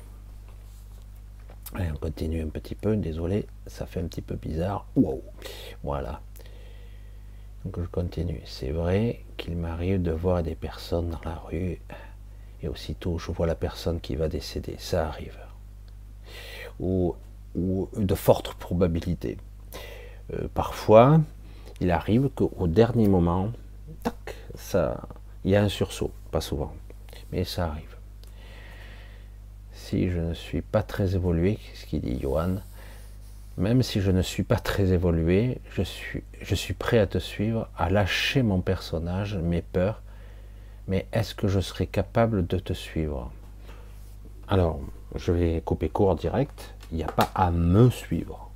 Allez, on continue un petit peu, désolé, ça fait un petit peu bizarre. Wow. Voilà. Donc je continue. C'est vrai qu'il m'arrive de voir des personnes dans la rue et aussitôt je vois la personne qui va décéder. Ça arrive. Ou de fortes probabilités. Parfois, il arrive qu'au dernier moment, tac, il y a un sursaut. Pas souvent, mais ça arrive. Si je ne suis pas très évolué, ce qu'il dit Johan, même si je ne suis pas très évolué, je suis prêt à te suivre, à lâcher mon personnage, mes peurs, mais est-ce que je serai capable de te suivre? Alors, je vais couper court direct, il n'y a pas à me suivre.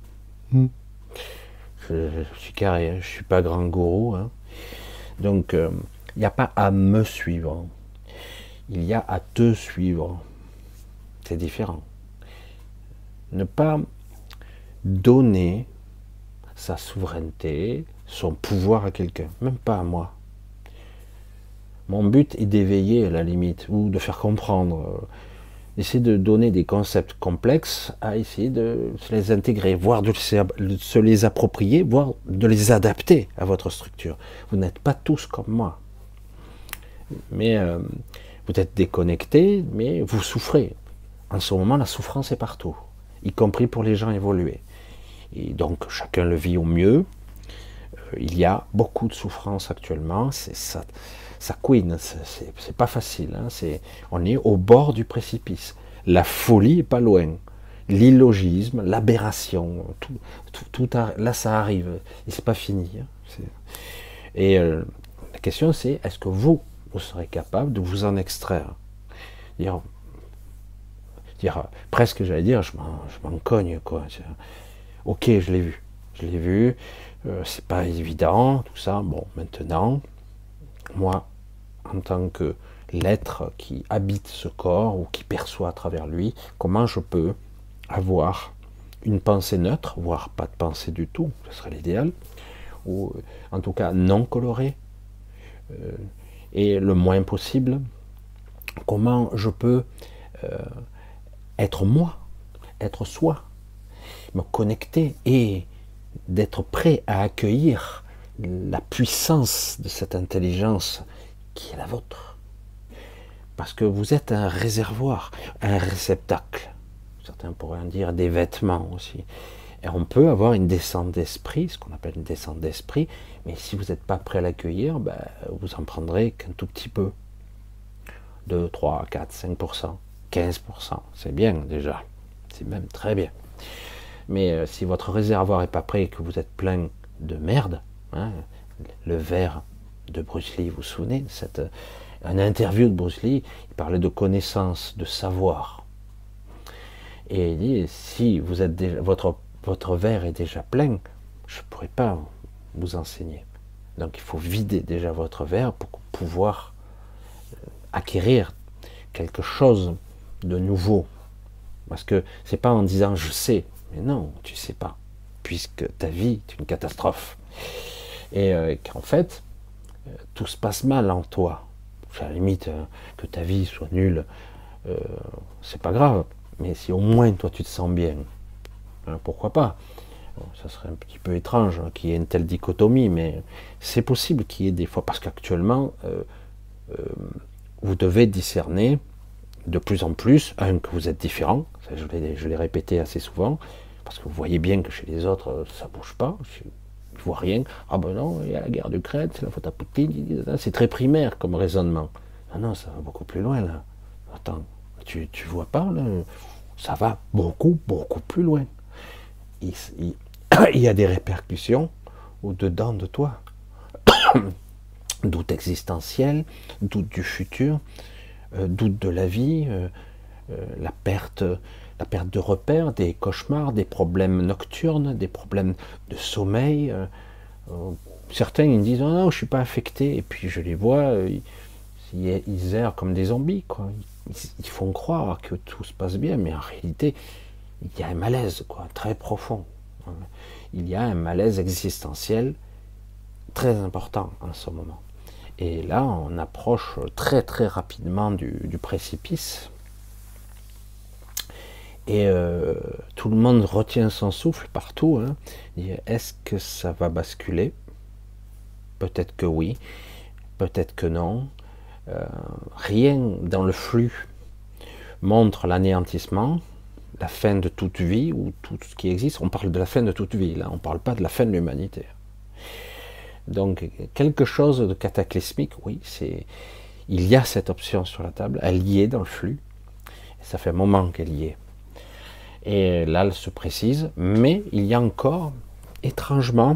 Je suis carré, je ne suis pas grand gourou, hein. Donc il n'y a pas à me suivre, il y a à te suivre. C'est différent. Ne pas donner sa souveraineté, son pouvoir à quelqu'un, même pas à moi. Mon but est d'éveiller à la limite, ou de faire comprendre, essayer de donner des concepts complexes, à essayer de se les intégrer, voire de se les approprier, voire de les adapter à votre structure. Vous n'êtes pas tous comme moi. Mais vous êtes déconnectés, mais vous souffrez. En ce moment, la souffrance est partout, y compris pour les gens évolués. Et donc, chacun le vit au mieux. Il y a beaucoup de souffrance actuellement. Ça couine, c'est pas facile. Hein. On est au bord du précipice. La folie est pas loin. L'illogisme, l'aberration, là ça arrive. Et c'est pas fini. Hein. Et la question c'est, est-ce que vous serez capable de vous en extraire? Presque j'allais dire, je m'en cogne, quoi. Ok, je l'ai vu, c'est pas évident, tout ça. Bon, maintenant, moi, en tant que l'être qui habite ce corps ou qui perçoit à travers lui, comment je peux avoir une pensée neutre, voire pas de pensée du tout, ce serait l'idéal, ou en tout cas non colorée, et le moins possible, comment je peux être moi, être soi, me connecter et d'être prêt à accueillir la puissance de cette intelligence qui est la vôtre. Parce que vous êtes un réservoir, un réceptacle. Certains pourraient en dire des vêtements aussi. Et on peut avoir une descente d'esprit, ce qu'on appelle une descente d'esprit, mais si vous n'êtes pas prêt à l'accueillir, vous en prendrez qu'un tout petit peu. 2, 3, 4, 5%. 15%, c'est bien déjà, c'est même très bien. Mais si votre réservoir n'est pas prêt et que vous êtes plein de merde, hein, le verre de Bruce Lee, vous vous souvenez, une interview de Bruce Lee, il parlait de connaissance, de savoir. Et il dit, si vous êtes déjà, votre verre est déjà plein, je ne pourrai pas vous enseigner. Donc il faut vider déjà votre verre pour pouvoir acquérir quelque chose de nouveau. Parce que c'est pas en disant je sais, mais non, tu sais pas, puisque ta vie est une catastrophe. Et qu'en fait, tout se passe mal en toi. À la limite, que ta vie soit nulle, c'est pas grave. Mais si au moins toi tu te sens bien, hein, pourquoi pas? Bon, ça serait un petit peu étrange hein, qu'il y ait une telle dichotomie, mais c'est possible qu'il y ait des fois, parce qu'actuellement, vous devez discerner de plus en plus, que vous êtes différent, ça, je l'ai répété assez souvent, parce que vous voyez bien que chez les autres, ça bouge pas, je ne vois rien. Ah ben non, il y a la guerre d'Ukraine, c'est la faute à Poutine, c'est très primaire comme raisonnement. Ah non, ça va beaucoup plus loin là. Attends, tu vois pas là, ça va beaucoup, beaucoup plus loin. Il y a des répercussions au-dedans de toi. Doute existentiel, doute du futur, doute de la vie, la perte de repères, des cauchemars, des problèmes nocturnes, des problèmes de sommeil. Certains ils me disent oh non, je suis pas affecté, et puis je les vois, ils errent comme des zombies, quoi. Ils font croire que tout se passe bien, mais en réalité, il y a un malaise, quoi, très profond. Il y a un malaise existentiel très important en ce moment. Et là, on approche très très rapidement du précipice. Et tout le monde retient son souffle partout. Hein. Est-ce que ça va basculer? Peut-être que oui, peut-être que non. Rien dans le flux montre l'anéantissement, la fin de toute vie ou tout ce qui existe. On parle de la fin de toute vie, là, on ne parle pas de la fin de l'humanité. Donc quelque chose de cataclysmique, oui, il y a cette option sur la table, elle y est dans le flux, et ça fait un moment qu'elle y est. Et là, elle se précise, mais il y a encore, étrangement,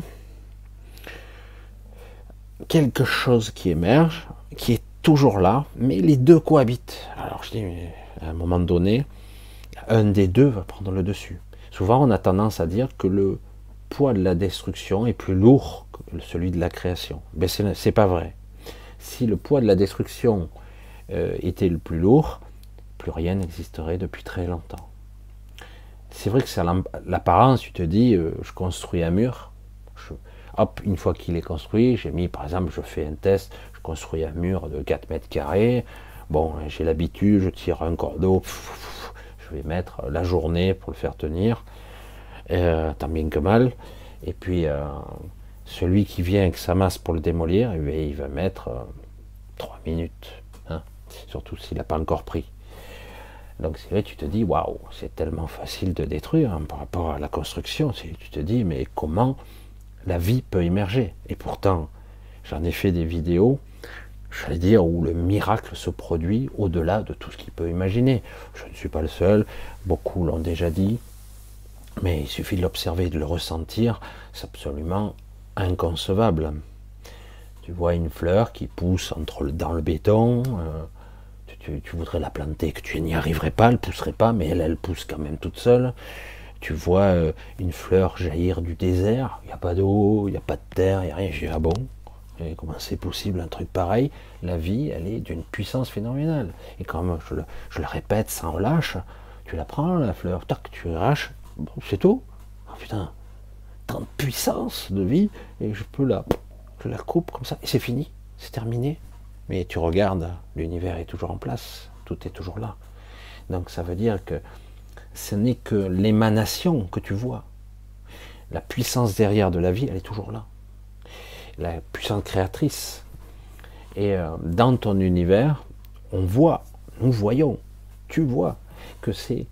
quelque chose qui émerge, qui est toujours là, mais les deux cohabitent. Alors je dis, mais à un moment donné, un des deux va prendre le dessus. Souvent, on a tendance à dire que le poids de la destruction est plus lourd que celui de la création. Mais c'est pas vrai. Si le poids de la destruction était le plus lourd, plus rien n'existerait depuis très longtemps. C'est vrai que c'est l'apparence, tu te dis, je construis un mur, hop, une fois qu'il est construit, j'ai mis, par exemple, je fais un test, je construis un mur de 4 mètres carrés, bon, j'ai l'habitude, je tire un cordeau, je vais mettre la journée pour le faire tenir, tant bien que mal, et puis celui qui vient avec sa masse pour le démolir, il va mettre 3 minutes, hein, surtout s'il n'a pas encore pris. Donc c'est vrai, tu te dis, waouh, c'est tellement facile de détruire hein, par rapport à la construction. Tu te dis, mais comment la vie peut émerger? Et pourtant, j'en ai fait des vidéos, j'allais dire, où le miracle se produit au-delà de tout ce qu'il peut imaginer. Je ne suis pas le seul, beaucoup l'ont déjà dit, mais il suffit de l'observer, de le ressentir, c'est absolument inconcevable. Tu vois une fleur qui pousse dans le béton, tu voudrais la planter, que tu n'y arriverais pas, elle ne pousserait pas, mais elle pousse quand même toute seule. Tu vois une fleur jaillir du désert, il n'y a pas d'eau, il n'y a pas de terre, il n'y a rien. Je dis, ah bon, et comment c'est possible un truc pareil? La vie, elle est d'une puissance phénoménale. Et comme je le répète sans relâche, tu la prends, la fleur, tac, tu arraches, bon, c'est tout. Oh putain, tant de puissance de vie, et je la coupe comme ça, et c'est fini, c'est terminé. Mais tu regardes, l'univers est toujours en place, tout est toujours là. Donc ça veut dire que ce n'est que l'émanation que tu vois. La puissance derrière de la vie, elle est toujours là. La puissance créatrice. Et dans ton univers, nous voyons, tu vois que c'est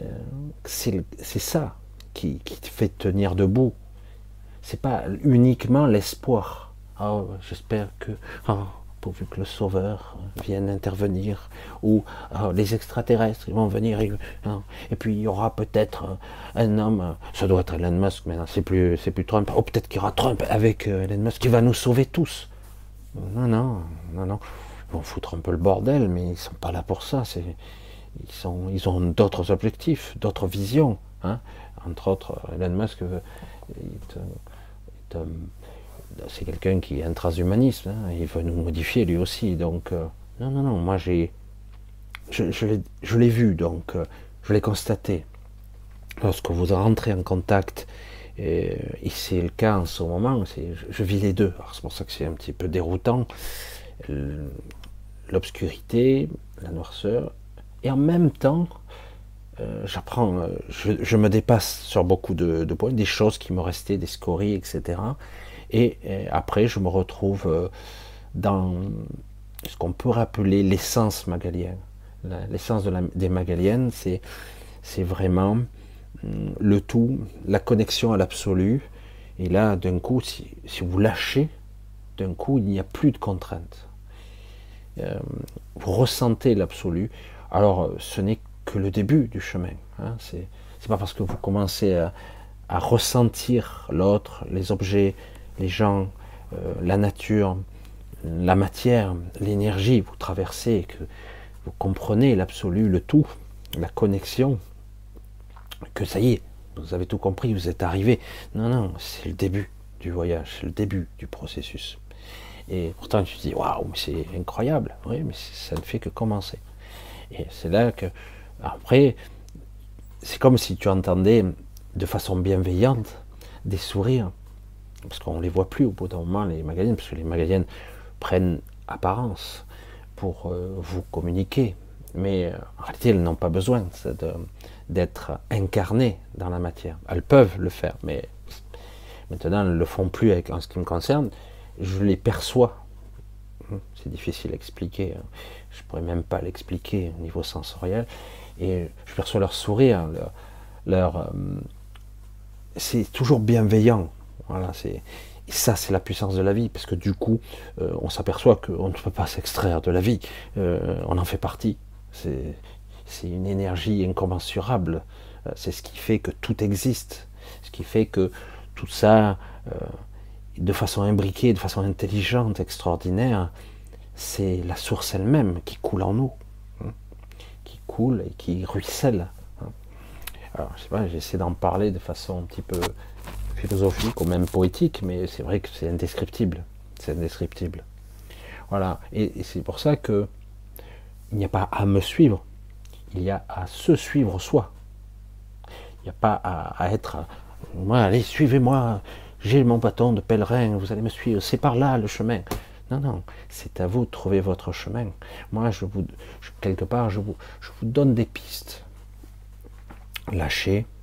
ça qui te fait tenir debout. C'est pas uniquement l'espoir. Oh, j'espère que... Oh, pourvu que le sauveur vienne intervenir, ou les extraterrestres ils vont venir, et puis il y aura peut-être un homme, ça doit être Elon Musk maintenant, c'est plus Trump, ou peut-être qu'il y aura Trump avec Elon Musk qui va nous sauver tous. Non, ils vont foutre un peu le bordel, mais ils sont pas là pour ça, ils ont d'autres objectifs, d'autres visions, hein. Entre autres, Elon Musk c'est quelqu'un qui est un transhumaniste, hein, il veut nous modifier lui aussi, donc non, moi je l'ai vu, donc je l'ai constaté. Lorsque vous rentrez en contact, et c'est le cas en ce moment, je vis les deux, c'est pour ça que c'est un petit peu déroutant, l'obscurité, la noirceur, et en même temps, j'apprends, je me dépasse sur beaucoup de points, des choses qui me restaient, des scories, etc. Et après, je me retrouve dans ce qu'on peut rappeler l'essence magalienne. L'essence des magaliennes, c'est vraiment le tout, la connexion à l'absolu. Et là, d'un coup, si vous lâchez, d'un coup, il n'y a plus de contraintes. Vous ressentez l'absolu. Alors, ce n'est que le début du chemin. Hein. C'est pas parce que vous commencez à ressentir l'autre, les objets, les gens, la nature, la matière, l'énergie, vous traversez, que vous comprenez l'absolu, le tout, la connexion, que ça y est, vous avez tout compris, vous êtes arrivé. Non, non, c'est le début du voyage, c'est le début du processus. Et pourtant, tu te dis, waouh, mais c'est incroyable. Oui, mais ça ne fait que commencer. Et c'est là que, après, c'est comme si tu entendais de façon bienveillante des sourires, parce qu'on ne les voit plus au bout d'un moment, les magaliennes, parce que les magaliennes prennent apparence pour vous communiquer. Mais en réalité, elles n'ont pas besoin d'être incarnées dans la matière. Elles peuvent le faire, mais maintenant, elles ne le font plus en ce qui me concerne. Je les perçois. C'est difficile à expliquer. Je ne pourrais même pas l'expliquer au niveau sensoriel. Et je perçois leur sourire, c'est toujours bienveillant. Voilà, et ça, c'est la puissance de la vie, parce que du coup, on s'aperçoit qu'on ne peut pas s'extraire de la vie. On en fait partie. C'est une énergie incommensurable. C'est ce qui fait que tout existe. Ce qui fait que tout ça, de façon imbriquée, de façon intelligente, extraordinaire, c'est la source elle-même qui coule en nous, hein, qui coule et qui ruisselle. Hein. Alors, je sais pas, j'essaie d'en parler de façon un petit peu philosophique ou même poétique, mais c'est vrai que c'est indescriptible. C'est indescriptible. Voilà. Et c'est pour ça que il n'y a pas à me suivre, il y a à se suivre soi. Il n'y a pas à être, moi, allez, suivez-moi, j'ai mon bâton de pèlerin, vous allez me suivre, c'est par là le chemin. Non, non, c'est à vous de trouver votre chemin. Moi, quelque part, je vous donne des pistes. Lâchez,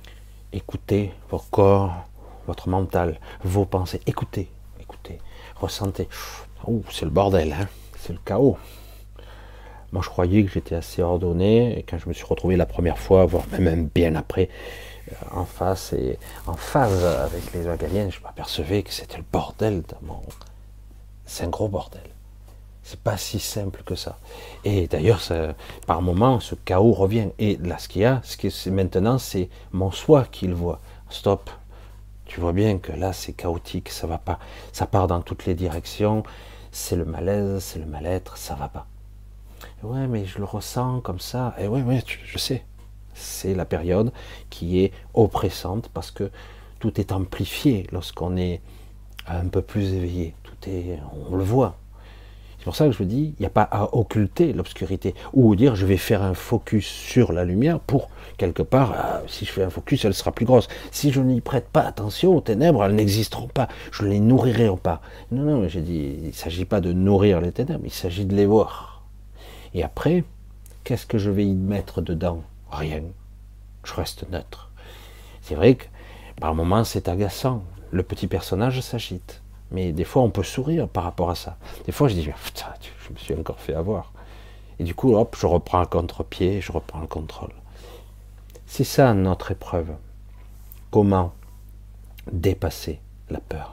écoutez vos corps, votre mental, vos pensées. Écoutez, ressentez. Ouh, c'est le bordel, hein, c'est le chaos. Moi, je croyais que j'étais assez ordonné, et quand je me suis retrouvé la première fois, voire même bien après, en face et en phase avec les magaliennes, je m'apercevais que c'était le bordel dans mon... C'est un gros bordel. C'est pas si simple que ça. Et d'ailleurs, par moments, ce chaos revient. Et là, ce qu'il y a, c'est maintenant, c'est mon soi qui le voit. Stop. Tu vois bien que là, c'est chaotique, ça va pas. Ça part dans toutes les directions. C'est le malaise, c'est le mal-être, ça va pas. Ouais, mais je le ressens comme ça. Et ouais, je sais. C'est la période qui est oppressante parce que tout est amplifié lorsqu'on est un peu plus éveillé. On le voit. C'est pour ça que je vous dis, il n'y a pas à occulter l'obscurité ou dire je vais faire un focus sur la lumière pour quelque part, si je fais un focus, elle sera plus grosse. Si je n'y prête pas attention aux ténèbres, elles n'existeront pas. Je ne les nourrirai pas. Non, j'ai dit, il ne s'agit pas de nourrir les ténèbres, il s'agit de les voir. Et après, qu'est-ce que je vais y mettre dedans? Rien. Je reste neutre. C'est vrai que par moments c'est agaçant. Le petit personnage s'agite. Mais des fois on peut sourire par rapport à ça. Des fois je dis, putain, je me suis encore fait avoir. Et du coup, hop, je reprends le contre-pied, je reprends le contrôle. C'est ça notre épreuve. Comment dépasser la peur?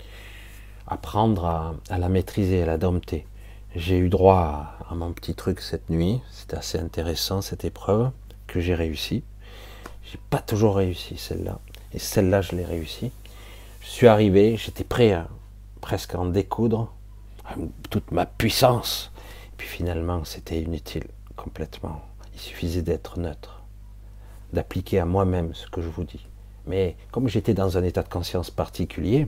Apprendre à la maîtriser, à la dompter. J'ai eu droit à mon petit truc cette nuit. C'était assez intéressant cette épreuve que j'ai réussi. J'ai pas toujours réussi celle-là. Et celle-là, je l'ai réussi. Je suis arrivé, j'étais prêt à presque en découdre toute ma puissance. Et puis finalement, c'était inutile, complètement. Il suffisait d'être neutre, d'appliquer à moi-même ce que je vous dis. Mais comme j'étais dans un état de conscience particulier,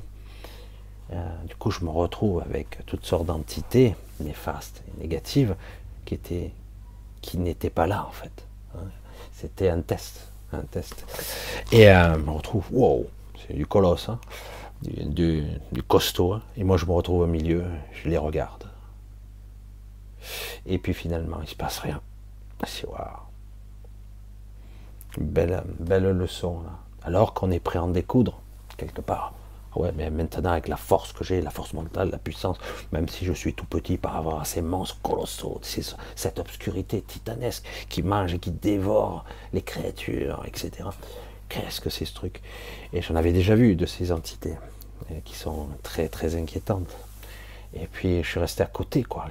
du coup, je me retrouve avec toutes sortes d'entités néfastes et négatives qui n'étaient pas là, en fait. C'était un test. Et je me retrouve, wow, c'est du colosse, hein, du costaud, hein, et moi je me retrouve au milieu, je les regarde. Et puis finalement, il se passe rien. C'est waouh. Belle leçon, là. Alors qu'on est prêt à en découdre, quelque part. Ouais, mais maintenant, avec la force que j'ai, la force mentale, la puissance, même si je suis tout petit par rapport à ces monstres colossaux, cette obscurité titanesque qui mange et qui dévore les créatures, etc. Qu'est-ce que c'est ce truc? Et j'en avais déjà vu de ces entités qui sont très très inquiétantes. Et puis je suis resté à côté, quoi.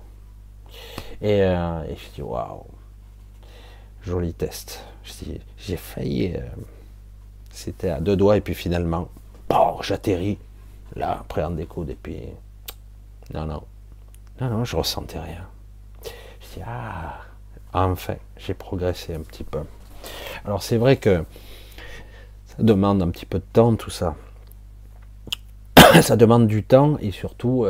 Et je dis waouh, joli test. J'ai failli, c'était à deux doigts, et puis finalement, j'atterris là, près en découde, et puis non, non, non, non, je ressentais rien. Je dis ah, enfin, j'ai progressé un petit peu. Alors c'est vrai que ça demande un petit peu de temps, tout ça. Ça demande du temps, et surtout,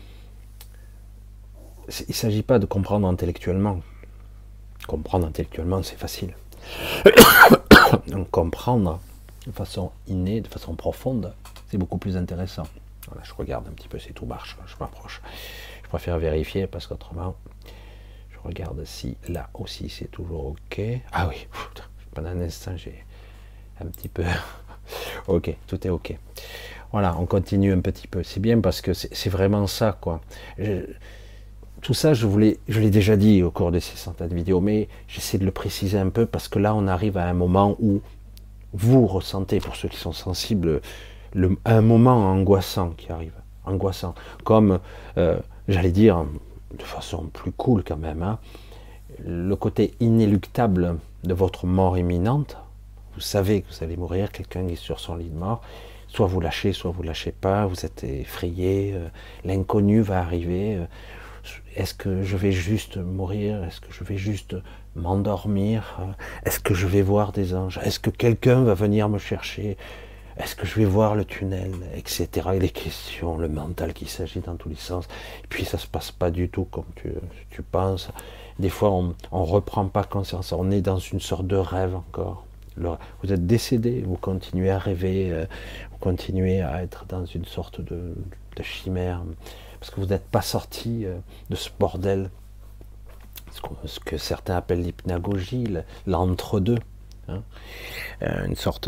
il ne s'agit pas de comprendre intellectuellement. Comprendre intellectuellement, c'est facile. Donc comprendre de façon innée, de façon profonde, c'est beaucoup plus intéressant. Voilà, je regarde un petit peu si tout marche, je m'approche. Je préfère vérifier parce qu'autrement, je regarde si là aussi c'est toujours ok. Ah oui, pendant un instant j'ai un petit peu... Ok, tout est ok. Voilà, on continue un petit peu. C'est bien parce que c'est vraiment ça, quoi. Tout ça, je l'ai déjà dit au cours de ces centaines de vidéos, mais j'essaie de le préciser un peu parce que là, on arrive à un moment où vous ressentez, pour ceux qui sont sensibles, un moment angoissant qui arrive. Angoissant. Comme, j'allais dire, de façon plus cool quand même, hein, le côté inéluctable de votre mort imminente. Vous savez que vous allez mourir, quelqu'un est sur son lit de mort. Soit vous lâchez, soit vous lâchez pas, vous êtes effrayé, l'inconnu va arriver. Est-ce que je vais juste mourir? Est-ce que je vais juste m'endormir? Est-ce que je vais voir des anges? Est-ce que quelqu'un va venir me chercher? Est-ce que je vais voir le tunnel? Etc. Et les questions, le mental qui s'agit dans tous les sens. Et puis ça se passe pas du tout comme tu penses. Des fois, on reprend pas conscience. On est dans une sorte de rêve encore. Vous êtes décédé, vous continuez à rêver, vous continuez à être dans une sorte de chimère, parce que vous n'êtes pas sorti de ce bordel, ce que certains appellent l'hypnagogie, l'entre-deux, hein, une sorte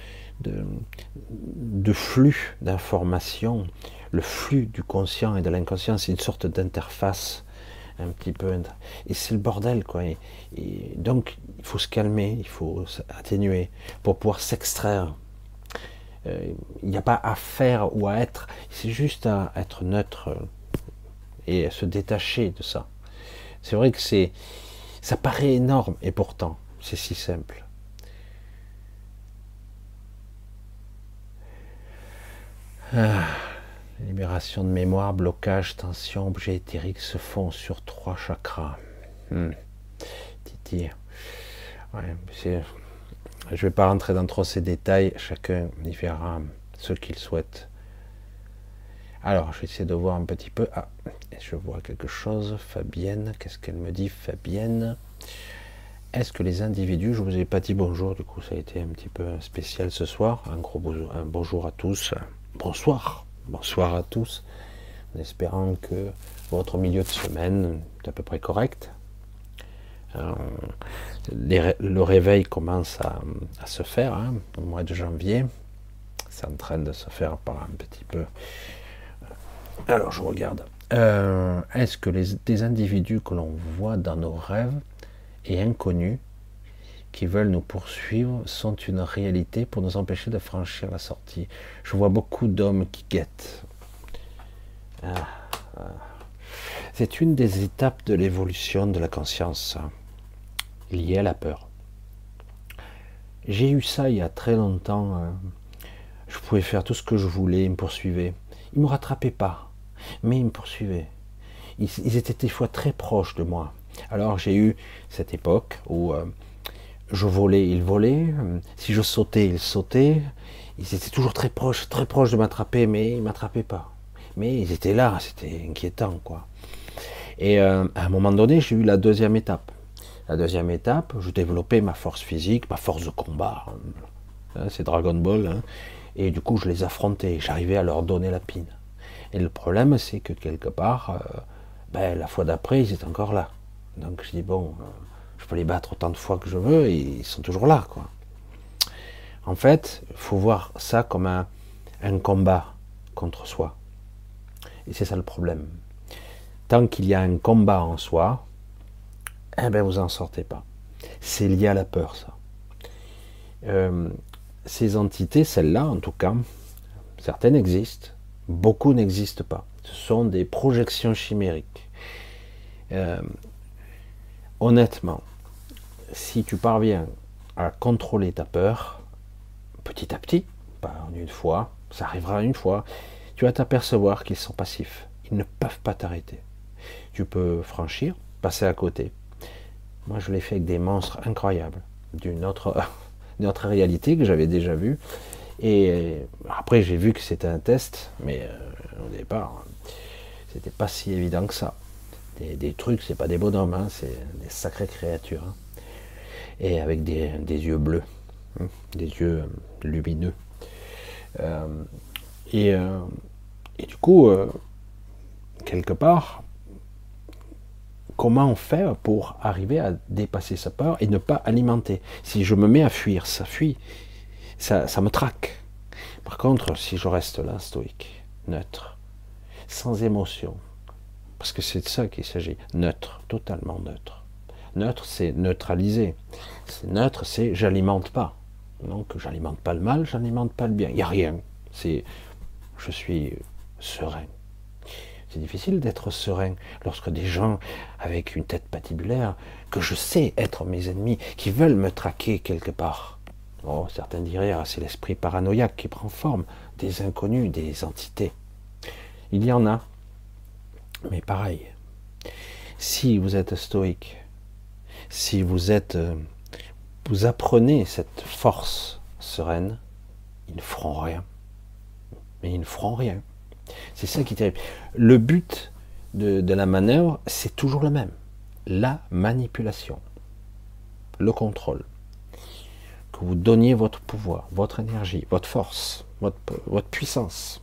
de flux d'informations, le flux du conscient et de l'inconscient, c'est une sorte d'interface un petit peu, et c'est le bordel, quoi. Et donc il faut se calmer, il faut atténuer pour pouvoir s'extraire. Il n'y a pas à faire ou à être, c'est juste à être neutre et à se détacher de ça. C'est vrai que ça paraît énorme, et pourtant c'est si simple. Libération de mémoire, blocage, tension, objet éthérique se font sur 3 chakras. Titi. Ouais, je ne vais pas rentrer dans trop ces détails, chacun y verra ce qu'il souhaite. Alors, je vais essayer de voir un petit peu. Ah, je vois quelque chose. Fabienne, qu'est-ce qu'elle me dit, Fabienne? Est-ce que les individus, je vous ai pas dit bonjour, du coup ça a été un petit peu spécial ce soir. Un bonjour à tous. Bonsoir. Bonsoir à tous, en espérant que votre milieu de semaine est à peu près correct. Le réveil commence à se faire, hein, au mois de janvier. C'est en train de se faire par un petit peu. Alors je regarde. Est-ce que des individus que l'on voit dans nos rêves et inconnus qui veulent nous poursuivre sont une réalité pour nous empêcher de franchir la sortie? Je vois beaucoup d'hommes qui guettent. C'est une des étapes de l'évolution de la conscience, liée à la peur. J'ai eu ça il y a très longtemps. Je pouvais faire tout ce que je voulais, ils me poursuivaient. Ils ne me rattrapaient pas, mais ils me poursuivaient. Ils étaient des fois très proches de moi. Alors j'ai eu cette époque où je volais, ils volaient. Si je sautais, ils sautaient. Ils étaient toujours très proches de m'attraper, mais ils ne m'attrapaient pas. Mais ils étaient là, c'était inquiétant, quoi. Et à un moment donné, j'ai eu la deuxième étape. La deuxième étape, je développais ma force physique, ma force de combat. C'est Dragon Ball. Hein. Et du coup, je les affrontais. J'arrivais à leur donner la pine. Et le problème, c'est que quelque part, la fois d'après, ils étaient encore là. Donc je dis, bon, je peux les battre autant de fois que je veux, et ils sont toujours là, quoi. En fait, il faut voir ça comme un un combat contre soi. Et c'est ça le problème. Tant qu'il y a un combat en soi, eh ben vous en sortez pas. C'est lié à la peur, ça. Ces entités, celles-là en tout cas, certaines existent, beaucoup n'existent pas. Ce sont des projections chimériques. Honnêtement, si tu parviens à contrôler ta peur, petit à petit, pas en une fois, ça arrivera une fois, tu vas t'apercevoir qu'ils sont passifs. Ils ne peuvent pas t'arrêter. Tu peux franchir, passer à côté. Moi, je l'ai fait avec des monstres incroyables, d'une autre réalité que j'avais déjà vue. Et après, j'ai vu que c'était un test, mais au départ, c'était pas si évident que ça. Des trucs, c'est pas des bonhommes, hein, c'est des sacrées créatures. Hein. Et avec des yeux bleus, hein, des yeux lumineux. Et du coup, quelque part, comment on fait pour arriver à dépasser sa peur et ne pas alimenter? Si je me mets à fuir, ça fuit, ça me traque. Par contre, si je reste là, stoïque, neutre, sans émotion, parce que c'est de ça qu'il s'agit, neutre, totalement neutre. Neutre, c'est neutraliser. C'est neutre, c'est j'alimente pas. Donc, j'alimente pas le mal, j'alimente pas le bien. Il n'y a rien. C'est, je suis serein. C'est difficile d'être serein lorsque des gens avec une tête patibulaire, que je sais être mes ennemis, qui veulent me traquer quelque part. Oh, certains diraient, ah, c'est l'esprit paranoïaque qui prend forme, des inconnus, des entités. Il y en a. Mais pareil, si vous êtes stoïque, si vous apprenez cette force sereine, ils ne feront rien. Mais ils ne feront rien. C'est ça qui est terrible. Le but de la manœuvre, c'est toujours le même. La manipulation, le contrôle. Que vous donniez votre pouvoir, votre énergie, votre force, votre puissance.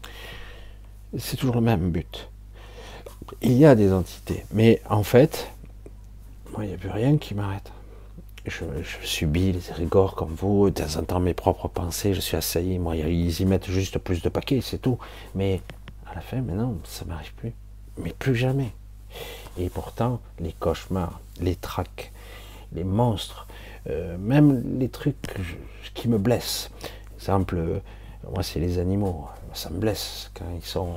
C'est toujours le même but. Il y a des entités, mais en fait, moi, il n'y a plus rien qui m'arrête. Je subis les rigors comme vous, de temps en temps mes propres pensées, je suis assailli, moi, ils y mettent juste plus de paquets, c'est tout. Mais à la fin, maintenant, ça ne m'arrive plus. Mais plus jamais. Et pourtant, les cauchemars, les tracs, les monstres, même les trucs qui me blessent. Exemple, moi, c'est les animaux. Ça me blesse quand ils sont...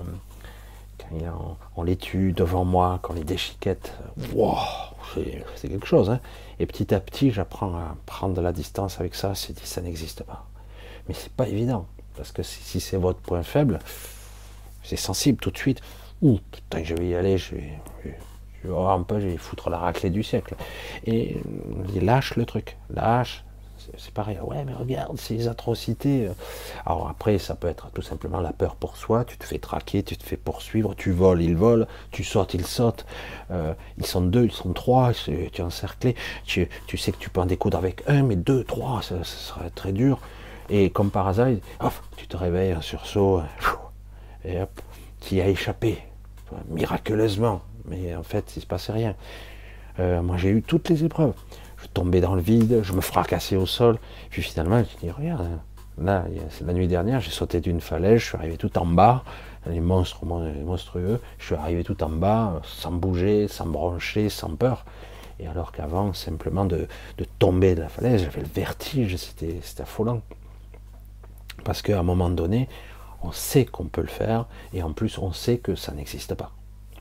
on les tue devant moi, quand on les déchiquette. Wow, c'est quelque chose. Hein. Et petit à petit, j'apprends à prendre de la distance avec ça. C'est dit, ça n'existe pas. Mais c'est pas évident. Parce que si c'est votre point faible, c'est sensible tout de suite. Ouh, putain, je vais y aller, je vais voir un peu, je vais foutre la raclée du siècle. Et lâche le truc. Lâche. C'est pareil, ouais mais regarde ces atrocités. Alors après ça peut être tout simplement la peur pour soi, tu te fais traquer, tu te fais poursuivre, tu voles, ils volent, tu sautes, ils sautent, ils sont deux, ils sont trois, tu es encerclé, tu sais que tu peux en découdre avec un, mais deux, trois, ça serait très dur. Et comme par hasard, hop, tu te réveilles, un sursaut, et hop, tu y as échappé, miraculeusement, mais en fait il ne se passait rien. Moi j'ai eu toutes les épreuves. Je tombais dans le vide, je me fracassais au sol, puis finalement, je dis, regarde, là, la nuit dernière, j'ai sauté d'une falaise, je suis arrivé tout en bas, les monstres monstrueux, je suis arrivé tout en bas, sans bouger, sans broncher, sans peur. Et alors qu'avant, simplement de tomber de la falaise, j'avais le vertige, c'était affolant. Parce qu'à un moment donné, on sait qu'on peut le faire, et en plus, on sait que ça n'existe pas.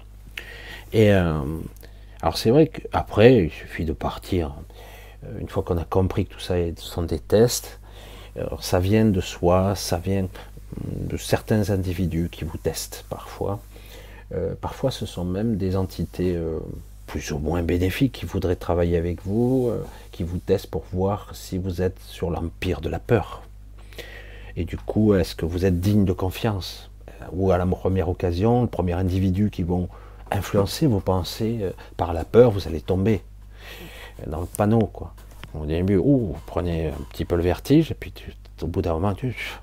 Et alors c'est vrai qu'après, il suffit de partir. Une fois qu'on a compris que tout ça sont des tests, alors ça vient de soi, ça vient de certains individus qui vous testent parfois. Parfois ce sont même des entités plus ou moins bénéfiques qui voudraient travailler avec vous, qui vous testent pour voir si vous êtes sur l'empire de la peur. Et du coup, est-ce que vous êtes digne de confiance? Ou à la première occasion, le premier individu qui vont influencer vos pensées par la peur, vous allez tomber dans le panneau, quoi. Au début, vous prenez un petit peu le vertige, et puis au bout d'un moment,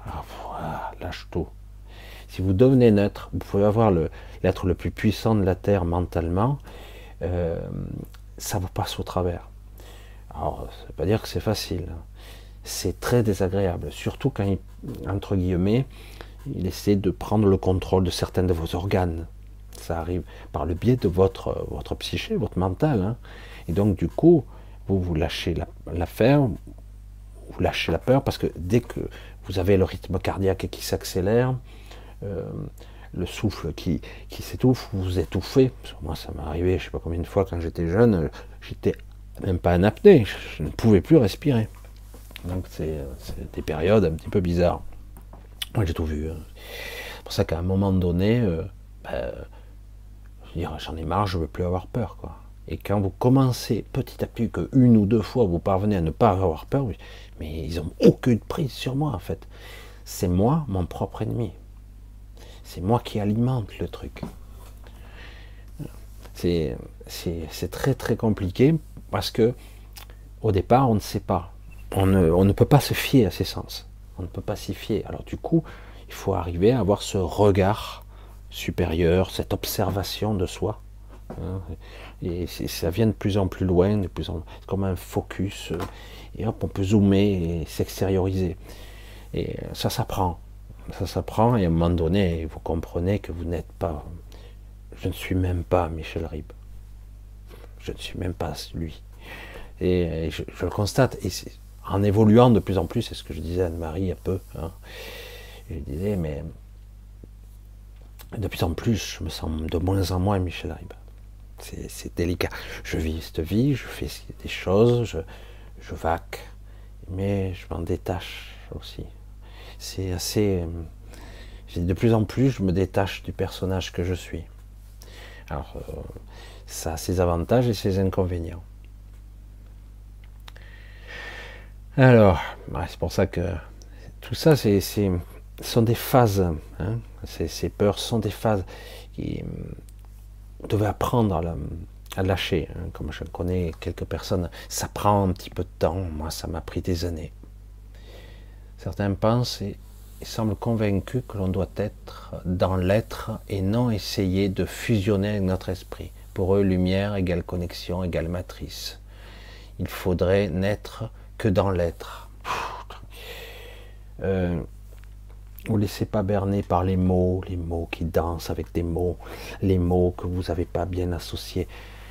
lâche tout. Si vous devenez neutre, vous pouvez avoir l'être le plus puissant de la Terre mentalement, ça vous passe au travers. Alors, ça ne veut pas dire que c'est facile. C'est très désagréable, surtout quand, entre guillemets, il essaie de prendre le contrôle de certains de vos organes. Ça arrive par le biais de votre psyché, votre mental. Hein. Et donc, du coup, vous lâchez l'affaire, vous lâchez la peur, parce que dès que vous avez le rythme cardiaque qui s'accélère, le souffle qui s'étouffe, vous vous étouffez. Moi, ça m'est arrivé, je ne sais pas combien de fois quand j'étais jeune, j'étais même pas en apnée, je ne pouvais plus respirer. Donc, c'est des périodes un petit peu bizarres. Moi, j'ai tout vu. Hein. C'est pour ça qu'à un moment donné, je veux dire, j'en ai marre, je ne veux plus avoir peur, quoi. Et quand vous commencez petit à petit, que une ou deux fois vous parvenez à ne pas avoir peur, mais ils n'ont aucune prise sur moi en fait. C'est moi mon propre ennemi. C'est moi qui alimente le truc. C'est très très compliqué parce que au départ on ne sait pas. On ne peut pas se fier à ses sens. On ne peut pas s'y fier. Alors du coup, il faut arriver à avoir ce regard supérieur, cette observation de soi. Et ça vient de plus en plus loin, c'est comme un focus, et hop, on peut zoomer et s'extérioriser. Et ça s'apprend, et à un moment donné, vous comprenez que vous n'êtes pas, je ne suis même pas Michel Ribes, je ne suis même pas lui. Et je le constate, et en évoluant de plus en plus, c'est ce que je disais à Anne-Marie un peu, hein, je disais, mais de plus en plus, je me sens de moins en moins Michel Ribes. C'est délicat. Je vis cette vie, je fais des choses, je vaque, mais je m'en détache aussi. C'est assez... De plus en plus, je me détache du personnage que je suis. Alors, ça a ses avantages et ses inconvénients. Alors, c'est pour ça que tout ça, ce sont des phases. Hein. Ces peurs sont des phases qui... Vous devez apprendre à lâcher. Hein. Comme je connais quelques personnes, ça prend un petit peu de temps. Moi, ça m'a pris des années. Certains pensent et semblent convaincus que l'on doit être dans l'être et non essayer de fusionner avec notre esprit. Pour eux, lumière égale connexion égale matrice. Il faudrait n'être que dans l'être. Vous ne laissez pas berner par les mots qui dansent avec des mots, les mots que vous n'avez pas bien associés.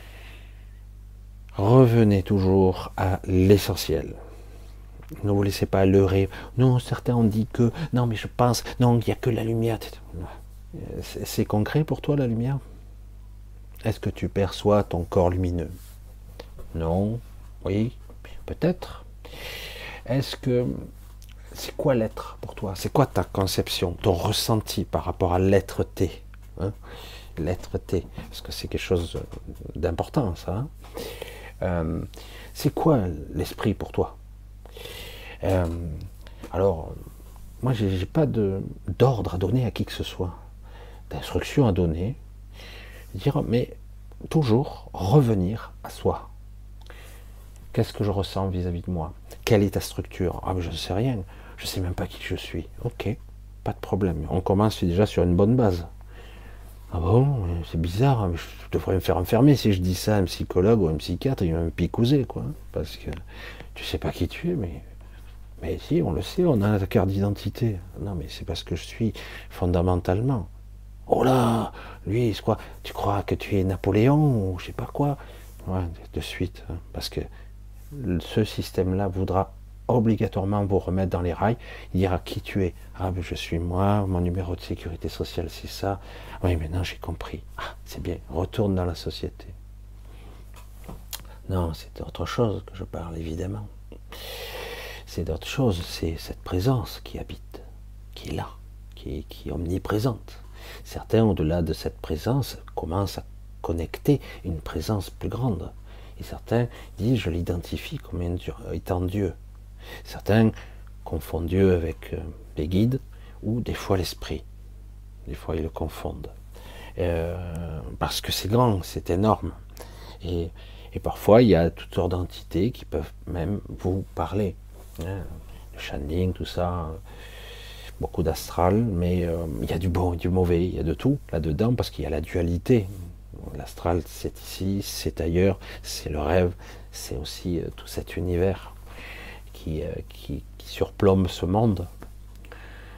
Revenez toujours à l'essentiel. Ne vous laissez pas leurrer. Non, certains ont dit que, non mais je pense, non, il n'y a que la lumière. C'est concret pour toi la lumière? Est-ce que tu perçois ton corps lumineux? Non, oui, peut-être. Est-ce que... C'est quoi l'être pour toi? C'est quoi ta conception, ton ressenti par rapport à l'être-té, hein? L'être-té, parce que c'est quelque chose d'important, ça. Hein. C'est quoi l'esprit pour toi? Alors, moi, j'ai pas d'ordre à donner à qui que ce soit, d'instruction à donner. Dire, mais toujours revenir à soi. Qu'est-ce que je ressens vis-à-vis de moi? Quelle est ta structure? Ah, mais je ne sais rien. Je ne sais même pas qui je suis. Ok, pas de problème. On commence déjà sur une bonne base. Ah bon, c'est bizarre, mais je devrais me faire enfermer si je dis ça à un psychologue ou à un psychiatre, il va me picouser, quoi. Parce que tu sais pas qui tu es, mais si, on le sait, on a la carte d'identité. Non, mais c'est parce que je suis fondamentalement. Oh là, lui, c'est quoi? Tu crois que tu es Napoléon ou je sais pas quoi? Ouais, de suite, hein, parce que ce système-là voudra obligatoirement vous remettre dans les rails. Il dira qui tu es. Ah, ben je suis moi, mon numéro de sécurité sociale c'est ça. Oui, maintenant j'ai compris. Ah, c'est bien, retourne dans la société. Non, c'est d'autre chose que je parle, évidemment. C'est d'autre chose, c'est cette présence qui habite, qui est là, qui est omniprésente. Certains, au-delà de cette présence, commencent à connecter une présence plus grande. Et certains disent, je l'identifie comme étant Dieu. Certains confondent Dieu avec les guides, ou des fois l'esprit. Des fois, ils le confondent. Parce que c'est grand, c'est énorme. Et parfois, il y a toutes sortes d'entités qui peuvent même vous parler. Hein, le channeling, tout ça, beaucoup d'astral, mais il y a du bon et du mauvais, il y a de tout là-dedans, parce qu'il y a la dualité. L'astral, c'est ici, c'est ailleurs, c'est le rêve, c'est aussi tout cet univers qui surplombe ce monde.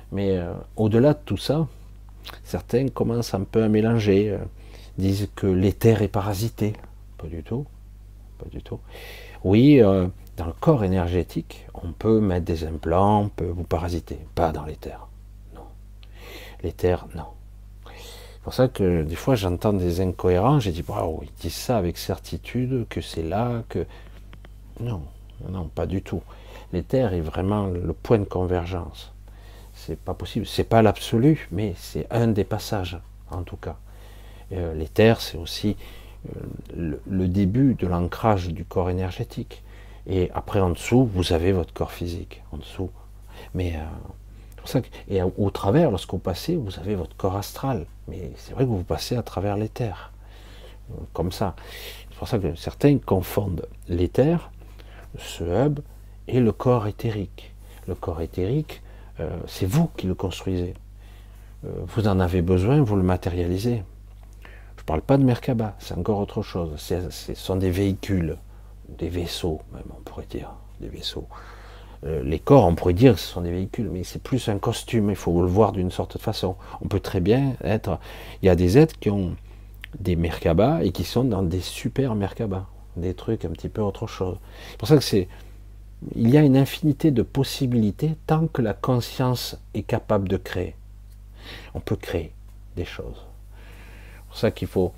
Mais au-delà de tout ça, certains commencent un peu à mélanger, disent que l'éther est parasité. Pas du tout, pas du tout. Oui, dans le corps énergétique, on peut mettre des implants, on peut vous parasiter, pas dans l'éther. Non. L'éther, non. C'est pour ça que des fois j'entends des incohérents, j'ai dit, waouh, ils disent ça avec certitude, que c'est là, que... Non, non, pas du tout. L'éther est vraiment le point de convergence. C'est pas possible, c'est pas l'absolu, mais c'est un des passages, en tout cas. L'éther, c'est aussi le début de l'ancrage du corps énergétique. Et après, en dessous, vous avez votre corps physique, en dessous. Mais c'est pour ça que, et au travers, lorsque vous passez, vous avez votre corps astral. Mais c'est vrai que vous passez à travers l'éther, comme ça. C'est pour ça que certains confondent l'éther, ce hub, et le corps éthérique. Le corps éthérique, c'est vous qui le construisez. Vous en avez besoin, vous le matérialisez. Je ne parle pas de Merkaba, c'est encore autre chose. Ce sont des véhicules, des vaisseaux, même on pourrait dire, des vaisseaux. Les corps, on pourrait dire que ce sont des véhicules, mais c'est plus un costume, il faut le voir d'une sorte de façon. On peut très bien être... Il y a des êtres qui ont des Merkaba et qui sont dans des super Merkaba, des trucs un petit peu autre chose. C'est pour ça que c'est... Il y a une infinité de possibilités tant que la conscience est capable de créer. On peut créer des choses. C'est pour ça qu'il faut...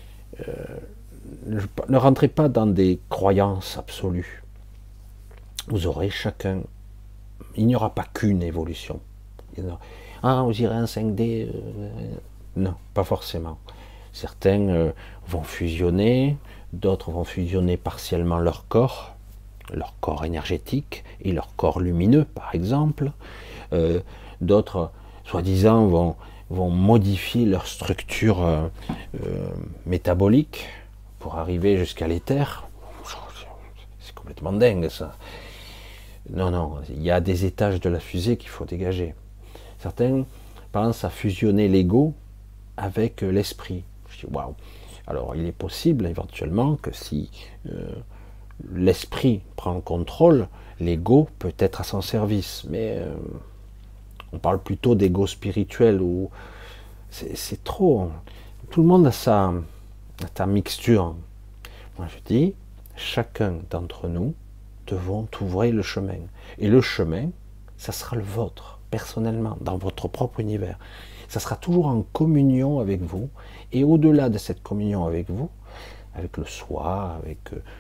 ne rentrez pas dans des croyances absolues. Vous aurez chacun... Il n'y aura pas qu'une évolution. Ah, vous irez en 5D non, pas forcément. Certains vont fusionner, d'autres vont fusionner partiellement leur corps énergétique et leur corps lumineux, par exemple. D'autres, soi-disant, vont modifier leur structure métabolique pour arriver jusqu'à l'éther. C'est complètement dingue, ça. Non, non, il y a des étages de la fusée qu'il faut dégager. Certains pensent à fusionner l'ego avec l'esprit. Je dis, waouh. Alors, il est possible, éventuellement, que si... l'esprit prend le contrôle, l'ego peut être à son service, mais on parle plutôt d'ego spirituel, où c'est trop. Tout le monde a sa mixture. Moi je dis, chacun d'entre nous devons ouvrir le chemin. Et le chemin, ça sera le vôtre, personnellement, dans votre propre univers. Ça sera toujours en communion avec vous, et au-delà de cette communion avec vous, avec le soi, avec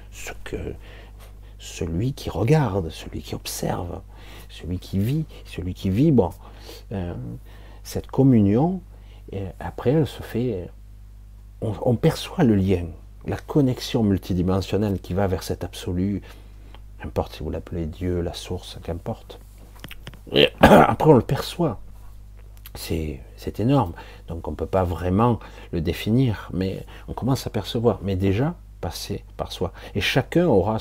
celui qui regarde, celui qui observe, celui qui vit, celui qui vibre. Cette communion, et après elle se fait, on perçoit le lien, la connexion multidimensionnelle qui va vers cet absolu, qu'importe si vous l'appelez Dieu, la source, qu'importe. Après on le perçoit. C'est énorme, donc on ne peut pas vraiment le définir, mais on commence à percevoir, mais déjà passer par soi. Et chacun aura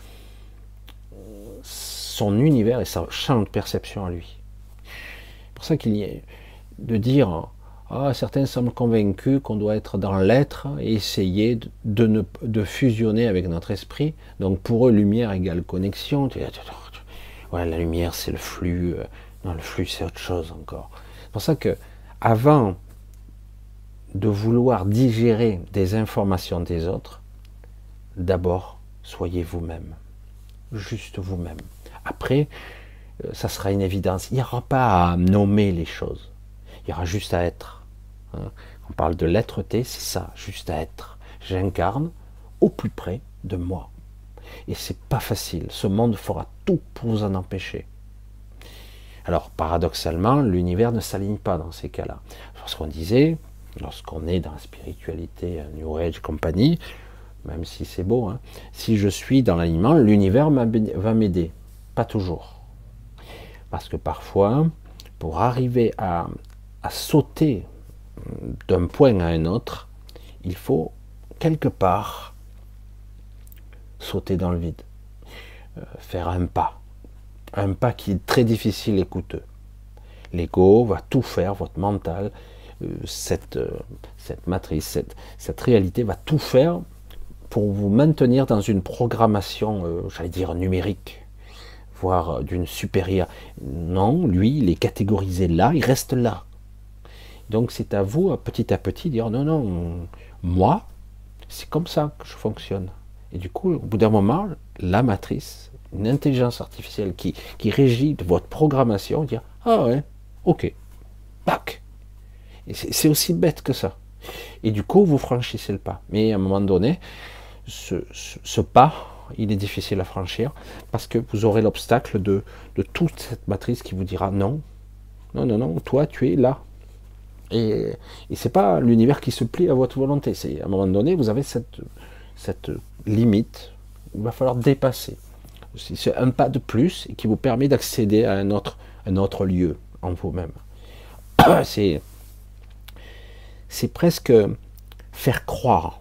son univers et sa champ de perception à lui. C'est pour ça qu'il y a de dire, certains semblent convaincus qu'on doit être dans l'être et essayer de fusionner avec notre esprit. Donc pour eux, lumière égale connexion. Voilà, la lumière c'est le flux, non, le flux c'est autre chose encore. C'est pour ça que, avant de vouloir digérer des informations des autres, d'abord, soyez vous-même. Juste vous-même. Après, ça sera une évidence. Il n'y aura pas à nommer les choses. Il y aura juste à être. On parle de l'être-té, c'est ça, juste à être. J'incarne au plus près de moi. Et c'est pas facile. Ce monde fera tout pour vous en empêcher. Alors, paradoxalement, l'univers ne s'aligne pas dans ces cas-là. Parce qu'on disait, lorsqu'on est dans la spiritualité, New Age, compagnie, même si c'est beau, si je suis dans l'alignement, l'univers va m'aider. Pas toujours. Parce que parfois, pour arriver à sauter d'un point à un autre, il faut quelque part sauter dans le vide, faire un pas qui est très difficile et coûteux. L'ego va tout faire, votre mental, cette matrice, cette réalité va tout faire pour vous maintenir dans une programmation, j'allais dire numérique. voire d'une supérieure. Non, lui, il est catégorisé là, il reste là. Donc c'est à vous, petit à petit, dire non, non, moi, c'est comme ça que je fonctionne. Et du coup, au bout d'un moment, la matrice, une intelligence artificielle qui régit votre programmation, dire ah ouais, ok, bac. Et c'est aussi bête que ça. Et du coup, vous franchissez le pas. Mais à un moment donné, ce pas, il est difficile à franchir parce que vous aurez l'obstacle de toute cette matrice qui vous dira non, non, non, non, toi, tu es là. Et c'est pas l'univers qui se plie à votre volonté. C'est à un moment donné, vous avez cette limite où il va falloir dépasser. C'est un pas de plus et qui vous permet d'accéder à un autre lieu en vous-même. C'est presque faire croire.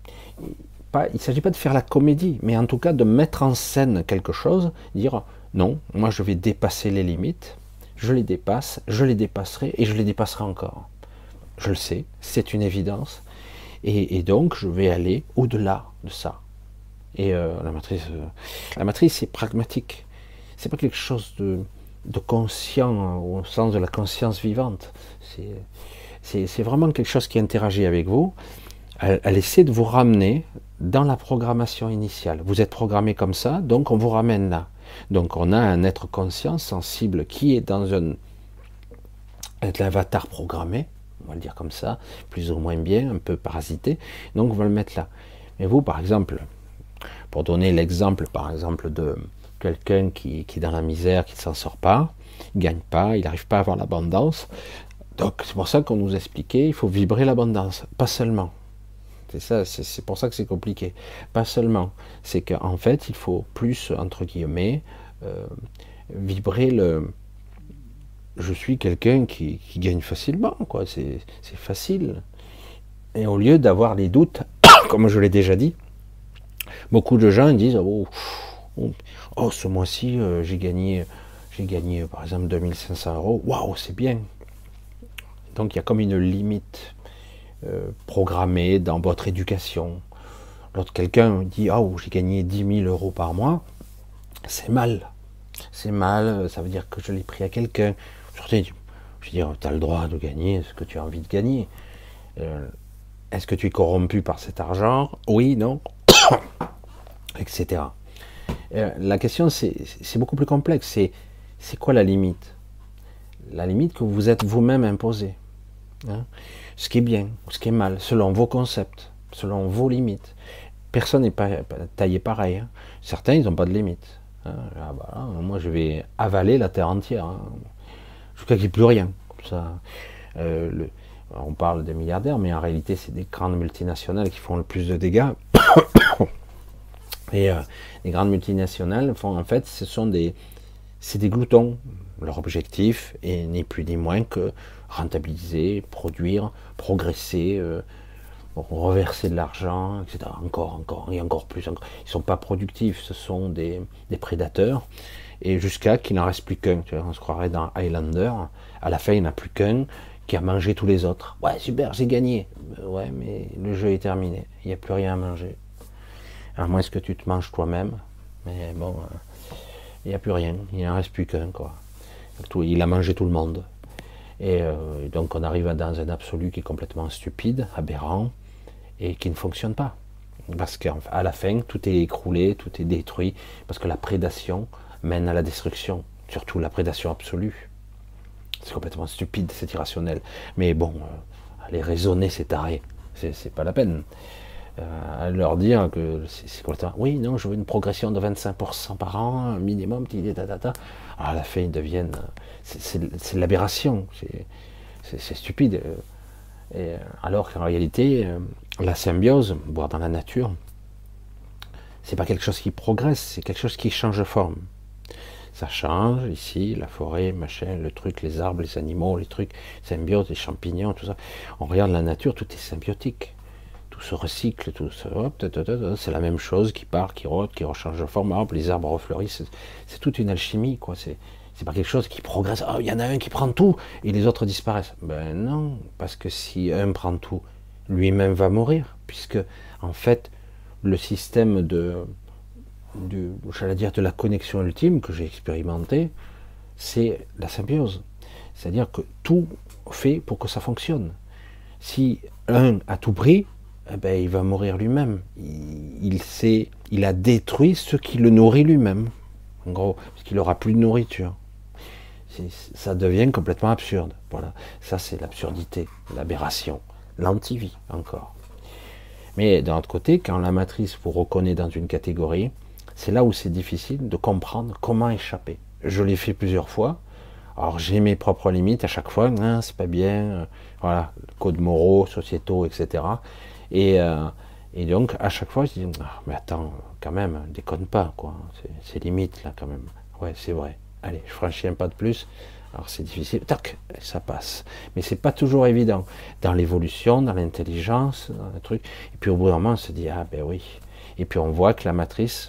Il ne s'agit pas de faire la comédie, mais en tout cas de mettre en scène quelque chose, dire non, moi je vais dépasser les limites, je les dépasse, je les dépasserai et je les dépasserai encore. Je le sais, c'est une évidence, et donc je vais aller au-delà de ça. Et la matrice c'est pragmatique, c'est pas quelque chose de conscient au sens de la conscience vivante. C'est vraiment quelque chose qui interagit avec vous. Elle essaie de vous ramener dans la programmation initiale. Vous êtes programmé comme ça, donc on vous ramène là. Donc on a un être conscient, sensible, qui est dans un avatar programmé, on va le dire comme ça, plus ou moins bien, un peu parasité, donc on va le mettre là. Mais vous, par exemple, pour donner l'exemple, par exemple, de quelqu'un qui est dans la misère, qui ne s'en sort pas, il ne gagne pas, il n'arrive pas à avoir l'abondance, donc c'est pour ça qu'on nous expliquait, il faut vibrer l'abondance, pas seulement. C'est ça, c'est pour ça que c'est compliqué. Pas seulement. C'est qu'en fait, il faut plus, entre guillemets, vibrer le... Je suis quelqu'un qui gagne facilement, quoi. C'est facile. Et au lieu d'avoir les doutes, comme je l'ai déjà dit, beaucoup de gens disent oh ce mois-ci, j'ai gagné par exemple 2500 €. Waouh, c'est bien. Donc il y a comme une limite programmée dans votre éducation. Lorsque quelqu'un dit oh j'ai gagné 10 000 € par mois, c'est mal. C'est mal, ça veut dire que je l'ai pris à quelqu'un. Surtout, je veux dire, tu as le droit de gagner ce que tu as envie de gagner. Est-ce que tu es corrompu par cet argent? Oui, non, etc. La question, c'est beaucoup plus complexe. C'est quoi la limite? La limite que vous êtes vous-même imposée. Hein, ce qui est bien, ce qui est mal, selon vos concepts, selon vos limites. Personne n'est pas taillé pareil. Hein. Certains, ils n'ont pas de limite. Hein. Ah bah, moi, je vais avaler la terre entière. Hein. Jusqu'à qu'il n'y ait plus rien. Comme ça. On parle des milliardaires, mais en réalité, c'est des grandes multinationales qui font le plus de dégâts. Et les grandes multinationales font, en fait, c'est des gloutons. Leur objectif est ni plus ni moins que rentabiliser, produire, progresser, reverser de l'argent, etc. Encore, et encore plus. Encore. Ils ne sont pas productifs, ce sont des prédateurs. Et jusqu'à qu'il n'en reste plus qu'un. On se croirait dans Highlander. À la fin, il n'y en a plus qu'un qui a mangé tous les autres. Ouais, super, j'ai gagné. Ouais, mais le jeu est terminé. Il n'y a plus rien à manger. À moins que tu te manges toi-même. Mais bon, il n'y a plus rien. Il n'en reste plus qu'un, quoi. Il a mangé tout le monde. Et donc on arrive dans un absolu qui est complètement stupide, aberrant, et qui ne fonctionne pas. Parce qu'à la fin, tout est écroulé, tout est détruit, parce que la prédation mène à la destruction, surtout la prédation absolue. C'est complètement stupide, c'est irrationnel. Mais bon, aller raisonner, c'est taré. C'est pas la peine. À leur dire que c'est complètement... Oui, non, je veux une progression de 25% par an, minimum, à la fin, ils deviennent... C'est l'aberration, c'est stupide. Et alors qu'en réalité, la symbiose, voire dans la nature, c'est pas quelque chose qui progresse, c'est quelque chose qui change de forme. Ça change, ici, la forêt, machin, le truc, les arbres, les animaux, les trucs, symbiose, les champignons, tout ça. On regarde la nature, tout est symbiotique. Tout se recycle, tout se... c'est la même chose qui part, qui rôde, qui rechange de forme, les arbres refleurissent, c'est toute une alchimie, quoi. C'est pas quelque chose qui progresse, oh, il y en a un qui prend tout, et les autres disparaissent. Ben non, parce que si un prend tout, lui-même va mourir, puisque, en fait, le système j'allais dire de la connexion ultime que j'ai expérimenté, c'est la symbiose. C'est-à-dire que tout fait pour que ça fonctionne. Si un a tout pris, eh ben, il va mourir lui-même. Il a détruit ce qui le nourrit lui-même. En gros, parce qu'il n'aura plus de nourriture. Ça devient complètement absurde. Voilà. Ça, c'est l'absurdité, l'aberration, l'antivie encore. Mais d'un autre côté, quand la matrice vous reconnaît dans une catégorie, c'est là où c'est difficile de comprendre comment échapper. Je l'ai fait plusieurs fois. Alors j'ai mes propres limites à chaque fois, hein, c'est pas bien, voilà, codes moraux, sociétaux, etc. Et, donc à chaque fois je dis, ah, mais attends, quand même, déconne pas, quoi, c'est limite là quand même. Ouais, c'est vrai. Allez, je franchis un pas de plus. Alors c'est difficile, tac, ça passe. Mais c'est pas toujours évident. Dans l'évolution, dans l'intelligence, dans le truc. Et puis au bout d'un moment, on se dit, ah ben oui. Et puis on voit que la matrice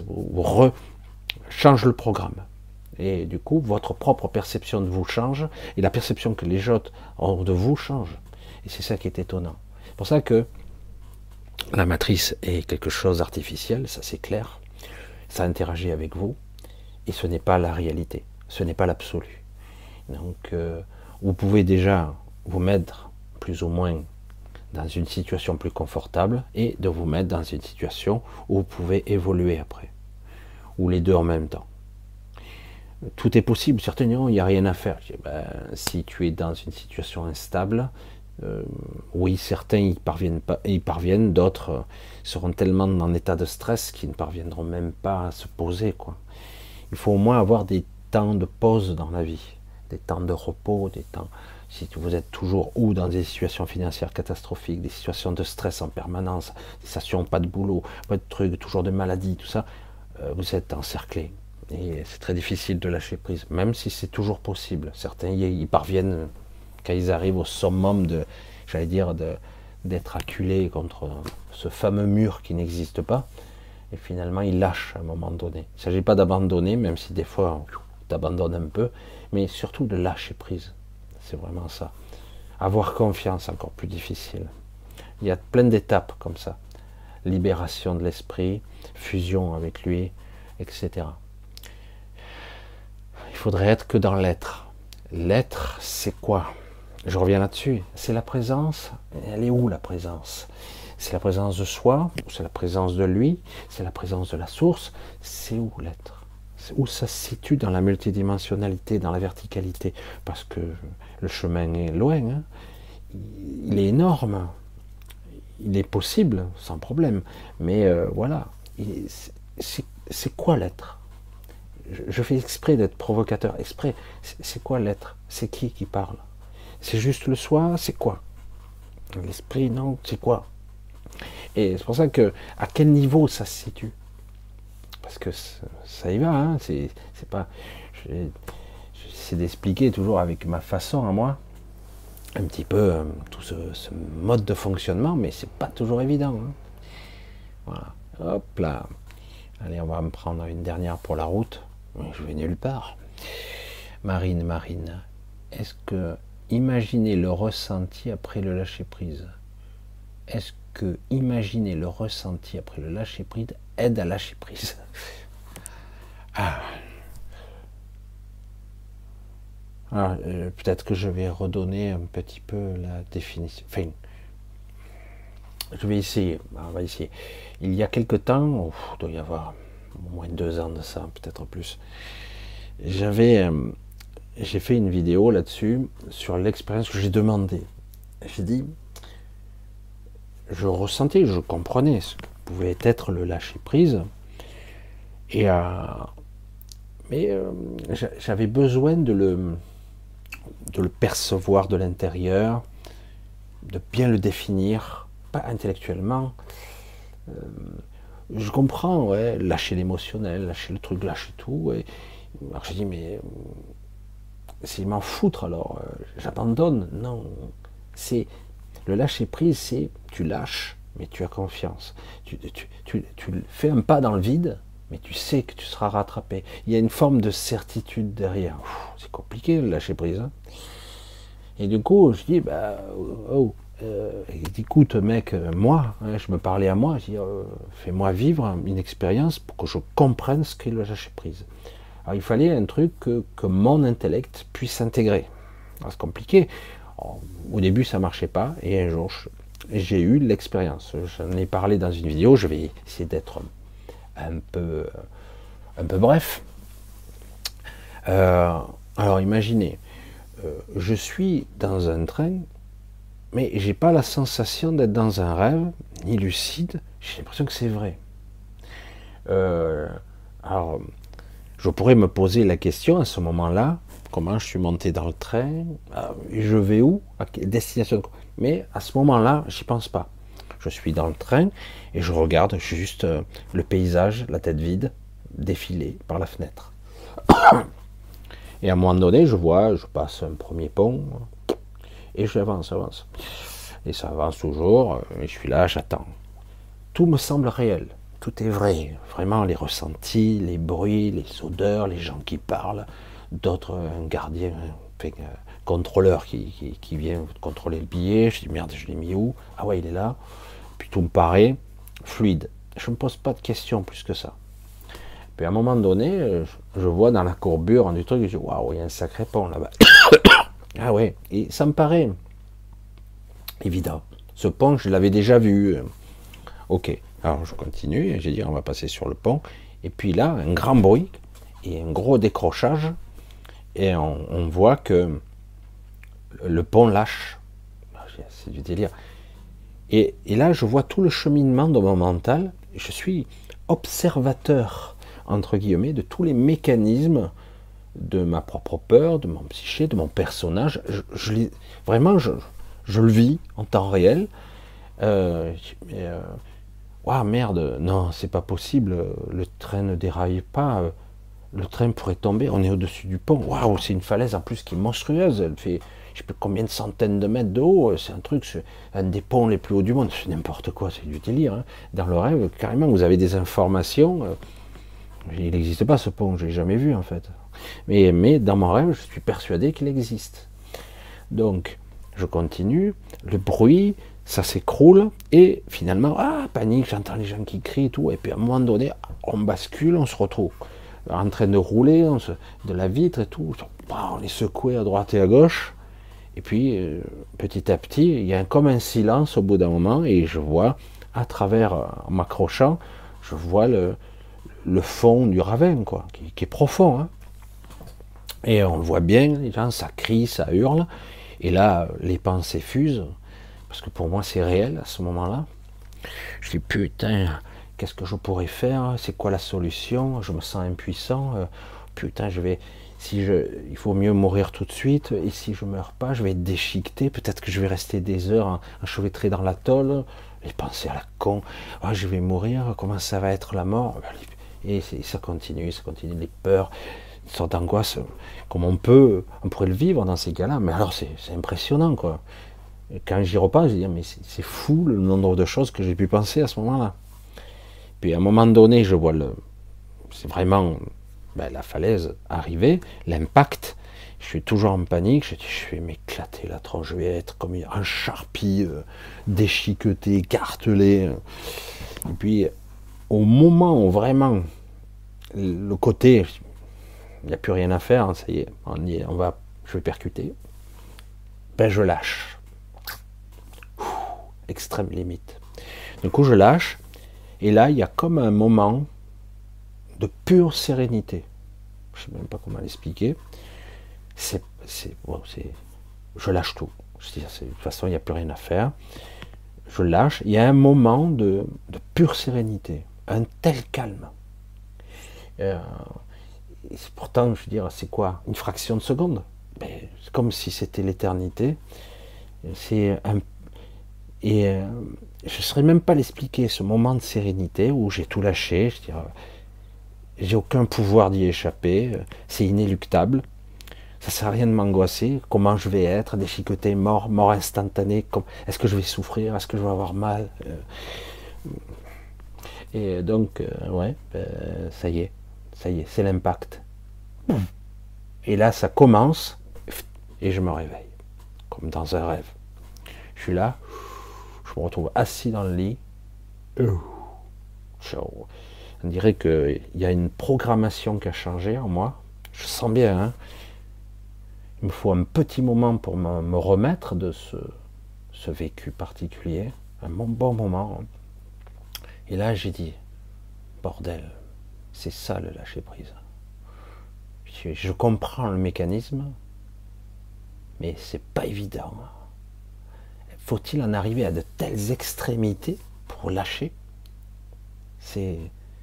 change le programme. Et du coup, votre propre perception de vous change, et la perception que les autres ont de vous change. Et c'est ça qui est étonnant. C'est pour ça que la matrice est quelque chose d'artificiel, ça c'est clair. Ça interagit avec vous, et ce n'est pas la réalité, ce n'est pas l'absolu. Donc, vous pouvez déjà vous mettre plus ou moins dans une situation plus confortable, et de vous mettre dans une situation où vous pouvez évoluer après, ou les deux en même temps. Tout est possible, certains diront il n'y a rien à faire. Je dis, ben, si tu es dans une situation instable, oui, certains y parviennent, d'autres seront tellement en état de stress qu'ils ne parviendront même pas à se poser, quoi. Il faut au moins avoir des temps de pause dans la vie, des temps de repos, des temps. Si vous êtes toujours ou dans des situations financières catastrophiques, des situations de stress en permanence, des situations pas de boulot, pas de trucs, toujours de maladies, tout ça, vous êtes encerclé. Et c'est très difficile de lâcher prise, même si c'est toujours possible. Certains y parviennent quand ils arrivent au summum de, j'allais dire, d'être acculés contre ce fameux mur qui n'existe pas. Et finalement, ils lâchent à un moment donné. Il ne s'agit pas d'abandonner, même si des fois, tu abandonnes un peu, mais surtout de lâcher prise. C'est vraiment ça. Avoir confiance, encore plus difficile. Il y a plein d'étapes comme ça. Libération de l'esprit, fusion avec lui, etc. Il faudrait être que dans l'être. L'être, c'est quoi? Je reviens là-dessus. C'est la présence. Elle est où la présence? C'est la présence de soi, ou c'est la présence de lui, c'est la présence de la source. C'est où l'être? C'est où ça se situe dans la multidimensionnalité, dans la verticalité? Parce que le chemin est loin, hein. Il est énorme. Il est possible, sans problème. Mais voilà. C'est quoi l'être? Je fais exprès d'être provocateur, exprès. C'est quoi l'être? C'est qui parle? C'est juste le soi? C'est quoi? L'esprit, non? C'est quoi? Et c'est pour ça que, à quel niveau ça se situe? Parce que ça y va, hein? C'est pas... J'essaie d'expliquer toujours avec ma façon à moi, un petit peu tout ce mode de fonctionnement, mais c'est pas toujours évident, hein. Voilà. Hop là. Allez, on va me prendre une dernière pour la route. Je vais nulle part. Marine, est-ce que imaginer le ressenti après le lâcher prise, est-ce que imaginer le ressenti après le lâcher prise aide à lâcher prise? Peut-être que je vais redonner un petit peu la définition. Enfin, je vais essayer. On va essayer. Il y a quelque temps, il doit y avoir au moins 2 ans de ça, peut-être plus. J'ai fait une vidéo là-dessus sur l'expérience que j'ai demandé. J'ai dit, je ressentais, je comprenais ce que pouvait être le lâcher prise, et j'avais besoin de le percevoir de l'intérieur, de bien le définir, pas intellectuellement. Je comprends, ouais, lâcher l'émotionnel, lâcher le truc, lâcher tout. Alors j'ai dit, mais s'il m'en foutre, alors j'abandonne. Non, c'est le lâcher prise, c'est tu lâches, mais tu as confiance. Tu fais un pas dans le vide, mais tu sais que tu seras rattrapé. Il y a une forme de certitude derrière. C'est compliqué le lâcher prise, hein. Et du coup, je dis, Il dit, écoute mec, moi, hein, je me parlais à moi, je dis, fais-moi vivre une expérience pour que je comprenne ce qu'est le lâcher prise. Alors il fallait un truc que mon intellect puisse intégrer. C'est compliqué. Au début ça marchait pas, et un jour j'ai eu l'expérience. J'en ai parlé dans une vidéo, je vais essayer d'être un peu bref. Alors imaginez, je suis dans un train, mais j'ai pas la sensation d'être dans un rêve, ni lucide, j'ai l'impression que c'est vrai. Alors, je pourrais me poser la question à ce moment-là, comment je suis monté dans le train, je vais où, à quelle destination, mais à ce moment-là, j'y pense pas. Je suis dans le train et je regarde juste le paysage, la tête vide, défiler par la fenêtre. Et à un moment donné, je passe un premier pont, et j'avance. Et ça avance toujours, et je suis là, j'attends. Tout me semble réel, tout est vrai. Vraiment, les ressentis, les bruits, les odeurs, les gens qui parlent, d'autres, un gardien, un contrôleur qui vient contrôler le billet. Je dis merde, je l'ai mis où? Ah ouais, il est là. Puis tout me paraît fluide. Je ne me pose pas de questions plus que ça. Puis à un moment donné, je vois dans la courbure du truc, je dis waouh, il y a un sacré pont là-bas. Ah ouais, et ça me paraît évident. Ce pont, je l'avais déjà vu. Ok, alors je continue, et j'ai dit on va passer sur le pont. Et puis là, un grand bruit et un gros décrochage, et on voit que le pont lâche. C'est du délire. Et là, je vois tout le cheminement de mon mental. Je suis observateur, entre guillemets, de tous les mécanismes de ma propre peur, de mon psyché, de mon personnage. Vraiment, je le vis en temps réel. Ouah, merde, non, c'est pas possible, le train ne déraille pas, le train pourrait tomber, on est au-dessus du pont. Waouh, c'est une falaise en plus qui est monstrueuse, elle fait je sais plus combien de centaines de mètres de haut, c'est un truc, c'est un des ponts les plus hauts du monde, c'est n'importe quoi, c'est du délire. Hein. Dans le rêve, carrément, vous avez des informations, il n'existe pas ce pont, je l'ai jamais vu en fait. Mais dans mon rêve, je suis persuadé qu'il existe. Donc, je continue, le bruit, ça s'écroule, et finalement, panique, j'entends les gens qui crient et tout, et puis à un moment donné, on bascule, on se retrouve en train de rouler, de la vitre et tout, on est secoué à droite et à gauche, et puis petit à petit, il y a comme un silence au bout d'un moment, et je vois, à travers, en m'accrochant, je vois le fond du ravin, quoi, qui est profond, hein. Et on le voit bien, les gens, ça crie, ça hurle, et là, les pensées fusent, parce que pour moi, c'est réel à ce moment-là. Je dis, putain, qu'est-ce que je pourrais faire? C'est quoi la solution? Je me sens impuissant. Putain, il faut mieux mourir tout de suite, et si je meurs pas, je vais être déchiqueté, peut-être que je vais rester des heures enchevêtré dans la tôle, les pensées à la con, je vais mourir, comment ça va être la mort? Et ça continue, les peurs, une sorte d'angoisse, comme on pourrait le vivre dans ces cas-là, mais alors c'est impressionnant, quoi. Et quand j'y repense, je dis, mais c'est fou le nombre de choses que j'ai pu penser à ce moment-là. Puis à un moment donné, je vois c'est vraiment la falaise arriver, l'impact. Je suis toujours en panique. Je dis, je vais m'éclater la tronche, je vais être comme un charpie, déchiqueté, écartelé. Et puis au moment où vraiment le côté, il n'y a plus rien à faire, hein, ça y est, je vais percuter. Je lâche. Extrême limite. Du coup, je lâche, et là, il y a comme un moment de pure sérénité. Je ne sais même pas comment l'expliquer. Je lâche tout. De toute façon, il n'y a plus rien à faire. Je lâche. Il y a un moment de pure sérénité, un tel calme. Pourtant, je veux dire, c'est quoi? Une fraction de seconde. C'est comme si c'était l'éternité. Je ne saurais même pas l'expliquer, ce moment de sérénité où j'ai tout lâché, j'ai aucun pouvoir d'y échapper, c'est inéluctable, ça ne sert à rien de m'angoisser, comment je vais être, déchiqueté, mort instantanée, est-ce que je vais souffrir, est-ce que je vais avoir mal, et donc, ça y est, c'est l'impact. Et là, ça commence, et je me réveille, comme dans un rêve. Je suis là, je me retrouve assis dans le lit. On dirait qu'il y a une programmation qui a changé en moi. Je sens bien, hein. Il me faut un petit moment pour me remettre de ce vécu particulier, un bon moment. Et là, j'ai dit, bordel, c'est ça le lâcher prise. Je comprends le mécanisme, mais c'est pas évident. Faut-il en arriver à de telles extrémités pour lâcher? C'est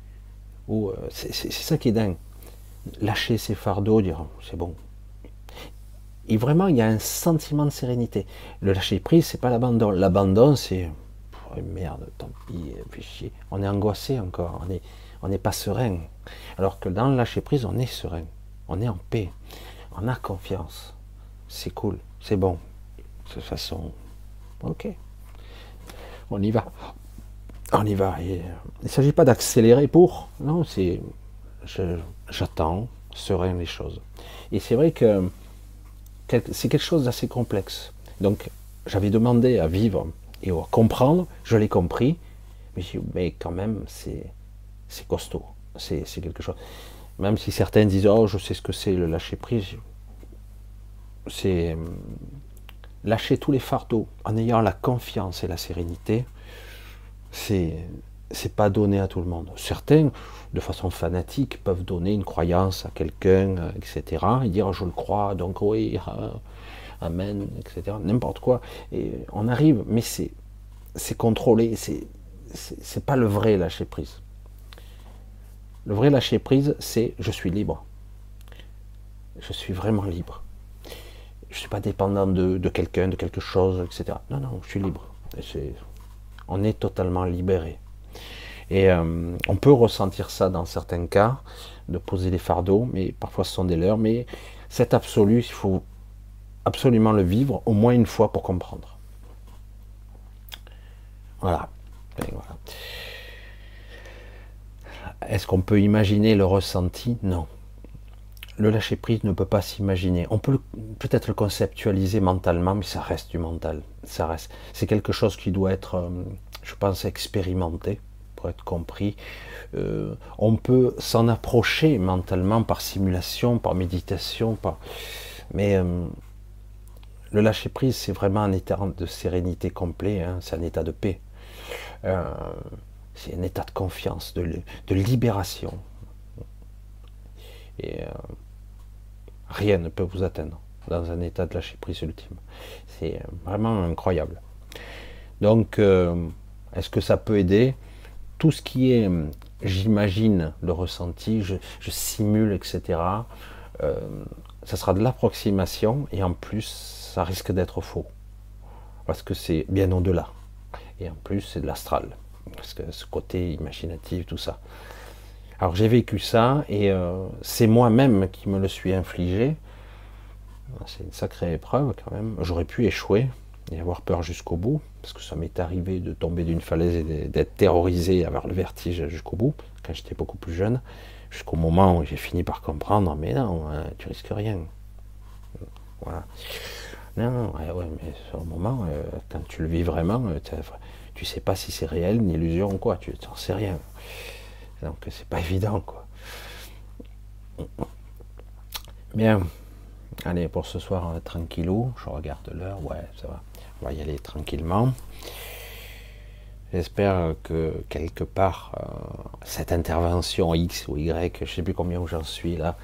ça qui est dingue. Lâcher ses fardeaux, dire c'est bon. Et vraiment, il y a un sentiment de sérénité. Le lâcher prise, c'est pas l'abandon. L'abandon, c'est oh, merde, tant pis, fait chier. On est angoissé encore, on n'est pas serein. Alors que dans le lâcher prise, on est serein, on est en paix, on a confiance. C'est cool, c'est bon. De toute façon, ok, on y va. On y va. Et, il ne s'agit pas d'accélérer pour. Non, c'est j'attends serein les choses. Et c'est vrai que c'est quelque chose d'assez complexe. Donc, j'avais demandé à vivre et à comprendre, je l'ai compris, mais quand même, c'est costaud. C'est quelque chose. Même si certains disent, oh, je sais ce que c'est le lâcher prise, c'est lâcher tous les fardeaux en ayant la confiance et la sérénité. C'est pas donné à tout le monde. Certains, de façon fanatique, peuvent donner une croyance à quelqu'un, etc. Et dire je le crois, donc oui, amen, etc. N'importe quoi. Et on arrive, mais c'est contrôlé. C'est pas le vrai lâcher prise. Le vrai lâcher prise, c'est je suis libre. Je suis vraiment libre. Je suis pas dépendant de quelqu'un, de quelque chose, etc. Non, non, je suis libre. On est totalement libéré. Et on peut ressentir ça dans certains cas, de poser des fardeaux, mais parfois ce sont des leurs. Mais cet absolu, il faut absolument le vivre au moins une fois pour comprendre. Voilà. Et voilà. Est-ce qu'on peut imaginer le ressenti? Non. Le lâcher-prise ne peut pas s'imaginer. On peut peut-être le conceptualiser mentalement, mais ça reste du mental. Ça reste. C'est quelque chose qui doit être, je pense, expérimenté pour être compris. On peut s'en approcher mentalement par simulation, par méditation, mais le lâcher-prise, c'est vraiment un état de sérénité complet, hein. C'est un état de paix. C'est un état de confiance, de libération. Et rien ne peut vous atteindre dans un état de lâcher prise ultime. C'est vraiment incroyable. Donc, est-ce que ça peut aider? Tout ce qui est, j'imagine, le ressenti, je simule, etc., ça sera de l'approximation, et en plus, ça risque d'être faux. Parce que c'est bien au-delà. Et en plus, c'est de l'astral. Parce que ce côté imaginatif, tout ça. Alors j'ai vécu ça, et c'est moi-même qui me le suis infligé. C'est une sacrée épreuve quand même. J'aurais pu échouer et avoir peur jusqu'au bout, parce que ça m'est arrivé de tomber d'une falaise et d'être terrorisé, avoir le vertige jusqu'au bout, quand j'étais beaucoup plus jeune, jusqu'au moment où j'ai fini par comprendre, mais non, hein, tu risques rien. Voilà. Non, ouais, mais sur le moment, quand tu le vis vraiment, tu sais pas si c'est réel, une illusion ou quoi, tu n'en sais rien. Donc c'est pas évident, quoi. Bien, allez, pour ce soir, tranquillou, je regarde l'heure, ouais, ça va, on va y aller tranquillement. J'espère que quelque part, cette intervention X ou Y, je sais plus combien où j'en suis là,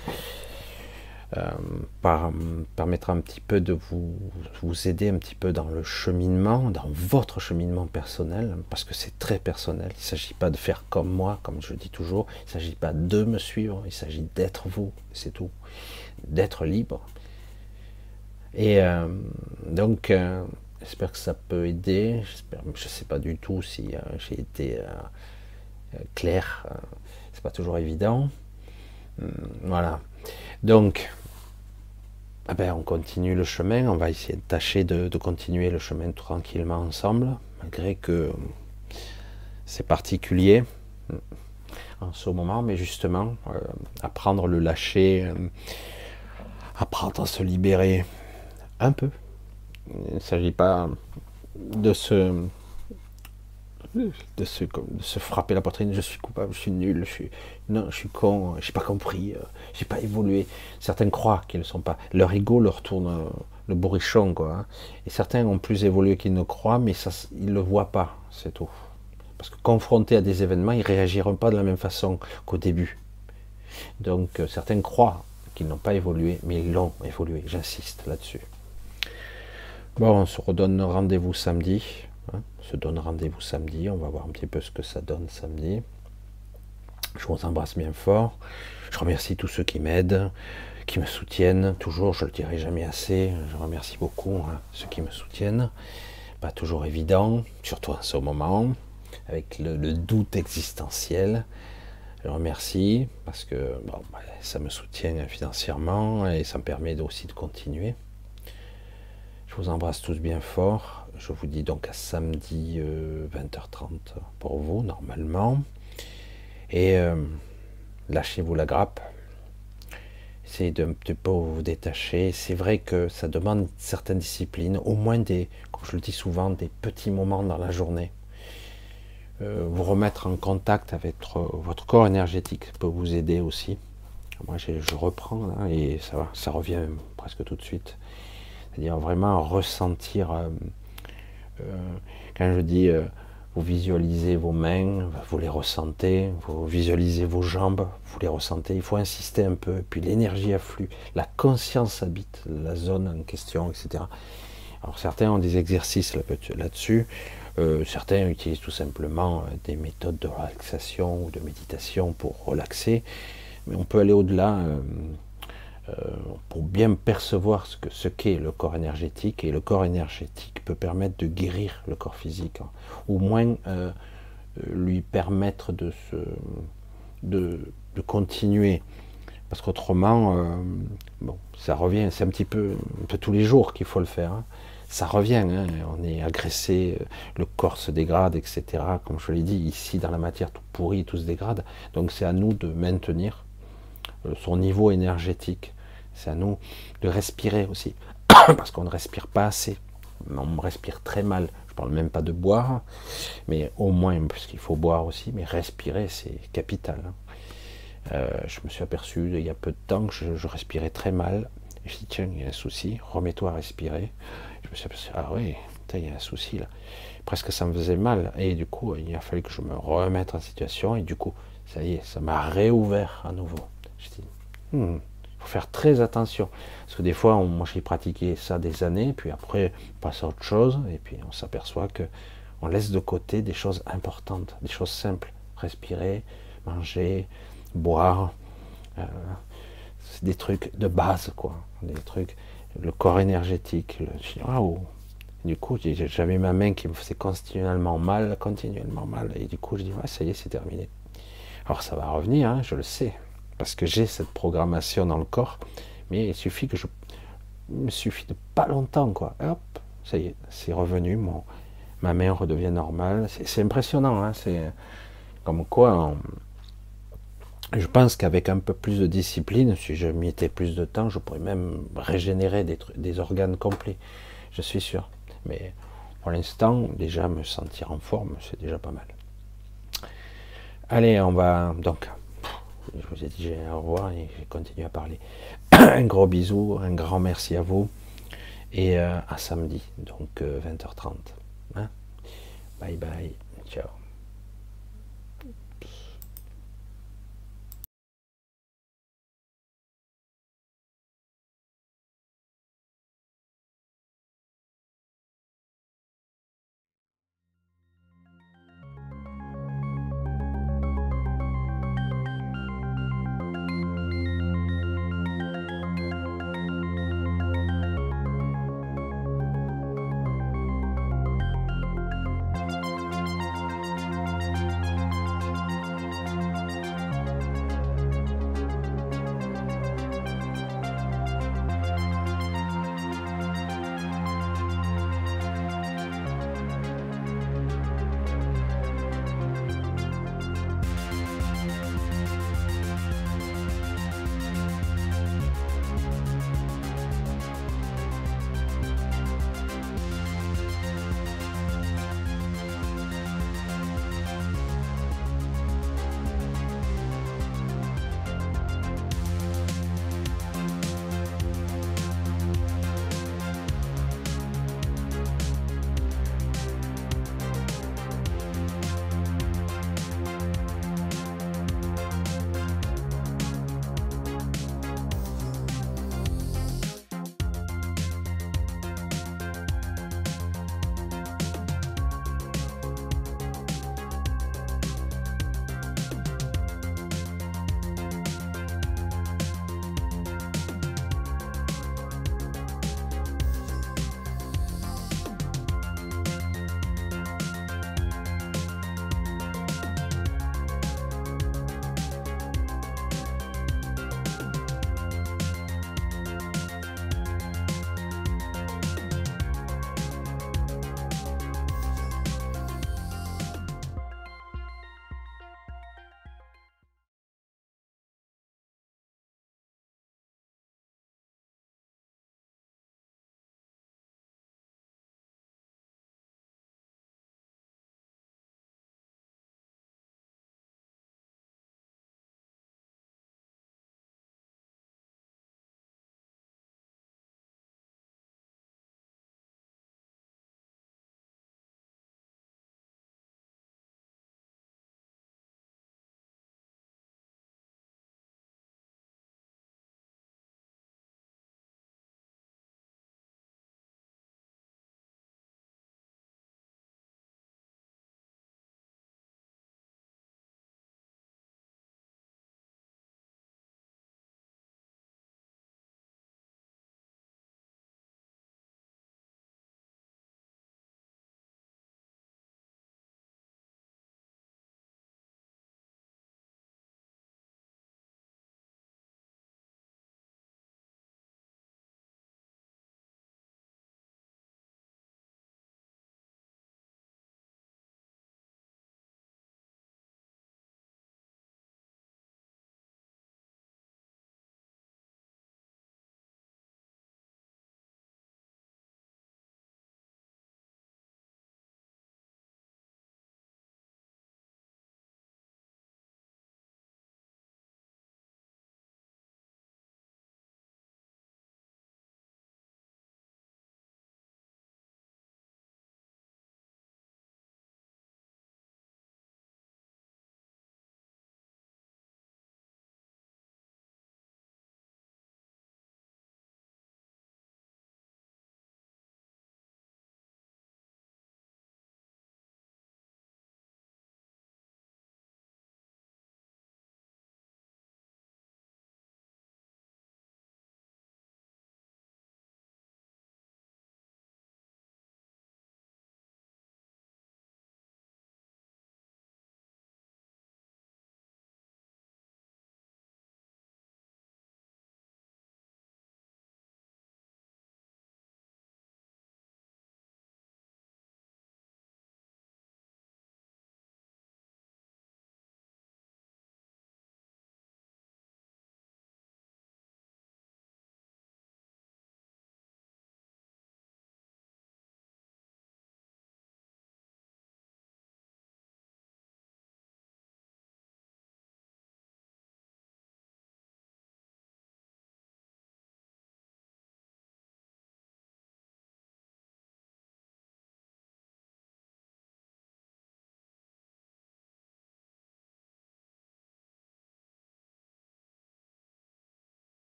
permettra un petit peu de vous aider un petit peu dans le cheminement, dans votre cheminement personnel, parce que c'est très personnel. Il ne s'agit pas de faire comme moi, comme je dis toujours, il ne s'agit pas de me suivre, il s'agit d'être vous, c'est tout, d'être libre. Et donc, j'espère que ça peut aider. Je ne sais pas du tout si j'ai été clair, c'est pas toujours évident. Voilà. Donc, eh ben, on continue le chemin, on va essayer de tâcher de continuer le chemin tranquillement ensemble, malgré que c'est particulier en ce moment, mais justement, apprendre le lâcher, apprendre à se libérer un peu. Il ne s'agit pas de se, de se frapper la poitrine. Je suis coupable, je suis nul, non, je suis con, j'ai pas compris, j'ai pas évolué. Certains croient qu'ils ne sont pas. Leur ego leur tourne le bourrichon, quoi. Hein. Et certains ont plus évolué qu'ils ne croient, mais ça, ils le voient pas, c'est tout. Parce que confrontés à des événements, ils réagiront pas de la même façon qu'au début. Donc certains croient qu'ils n'ont pas évolué, mais ils l'ont évolué. J'insiste là-dessus. Bon, on se redonne rendez-vous samedi. Hein, on se donne rendez-vous samedi. On va voir un petit peu ce que ça donne samedi. Je vous embrasse bien fort. Je remercie tous ceux qui m'aident, qui me soutiennent. Toujours, je ne le dirai jamais assez. Je remercie beaucoup hein, ceux qui me soutiennent. Pas toujours évident, surtout en ce moment, avec le doute existentiel. Je remercie parce que bon, ça me soutient financièrement et ça me permet aussi de continuer. Je vous embrasse tous bien fort. Je vous dis donc à samedi 20h30 pour vous, normalement. Et lâchez-vous la grappe. Essayez de un petit peu vous détacher. C'est vrai que ça demande certaines disciplines, au moins des, comme je le dis souvent, des petits moments dans la journée. Vous remettre en contact avec votre corps énergétique peut vous aider aussi. Moi, je reprends là, et ça revient presque tout de suite. C'est-à-dire vraiment ressentir, quand je dis vous visualisez vos mains, vous les ressentez, vous visualisez vos jambes, vous les ressentez, il faut insister un peu, puis l'énergie afflue, la conscience habite la zone en question, etc. Alors certains ont des exercices là-dessus, certains utilisent tout simplement des méthodes de relaxation ou de méditation pour relaxer, mais on peut aller au-delà pour bien percevoir ce qu'est le corps énergétique, et le corps énergétique peut permettre de guérir le corps physique, hein, ou moins lui permettre de continuer, parce qu'autrement, bon, ça revient, c'est un peu tous les jours qu'il faut le faire, hein. Ça revient, hein, on est agressé, le corps se dégrade, etc. Comme je l'ai dit, ici dans la matière tout pourri, tout se dégrade, donc c'est à nous de maintenir son niveau énergétique. C'est à nous de respirer aussi, parce qu'on ne respire pas assez. On respire très mal. Je ne parle même pas de boire, mais au moins, parce qu'il faut boire aussi, mais respirer, c'est capital. Je me suis aperçu il y a peu de temps que je respirais très mal. Je dis, tiens, il y a un souci, remets-toi à respirer. Je me suis aperçu, ah oui, il y a un souci là. Presque ça me faisait mal. Et du coup, il a fallu que je me remette en situation, et du coup, ça y est, ça m'a réouvert à nouveau. Je dis, faut faire très attention, parce que des fois, moi j'ai pratiqué ça des années, puis après on passe à autre chose, et puis on s'aperçoit que on laisse de côté des choses importantes, des choses simples, respirer, manger, boire, c'est des trucs de base, quoi, des trucs, le corps énergétique, waouh. Du coup, j'avais ma main qui me faisait continuellement mal, et du coup je dis, ouais, ça y est, c'est terminé. Alors ça va revenir, hein, je le sais, parce que j'ai cette programmation dans le corps, mais il suffit de pas longtemps, quoi. Hop, ça y est, c'est revenu, ma main redevient normale. C'est impressionnant, hein, c'est comme quoi, je pense qu'avec un peu plus de discipline, si je mettais plus de temps, je pourrais même régénérer des organes complets, je suis sûr. Mais pour l'instant, déjà me sentir en forme, c'est déjà pas mal. Allez, on va donc... Je vous ai dit au revoir et j'ai continué à parler. Un gros bisou, un grand merci à vous. Et à samedi, donc 20h30. Hein, bye bye, ciao.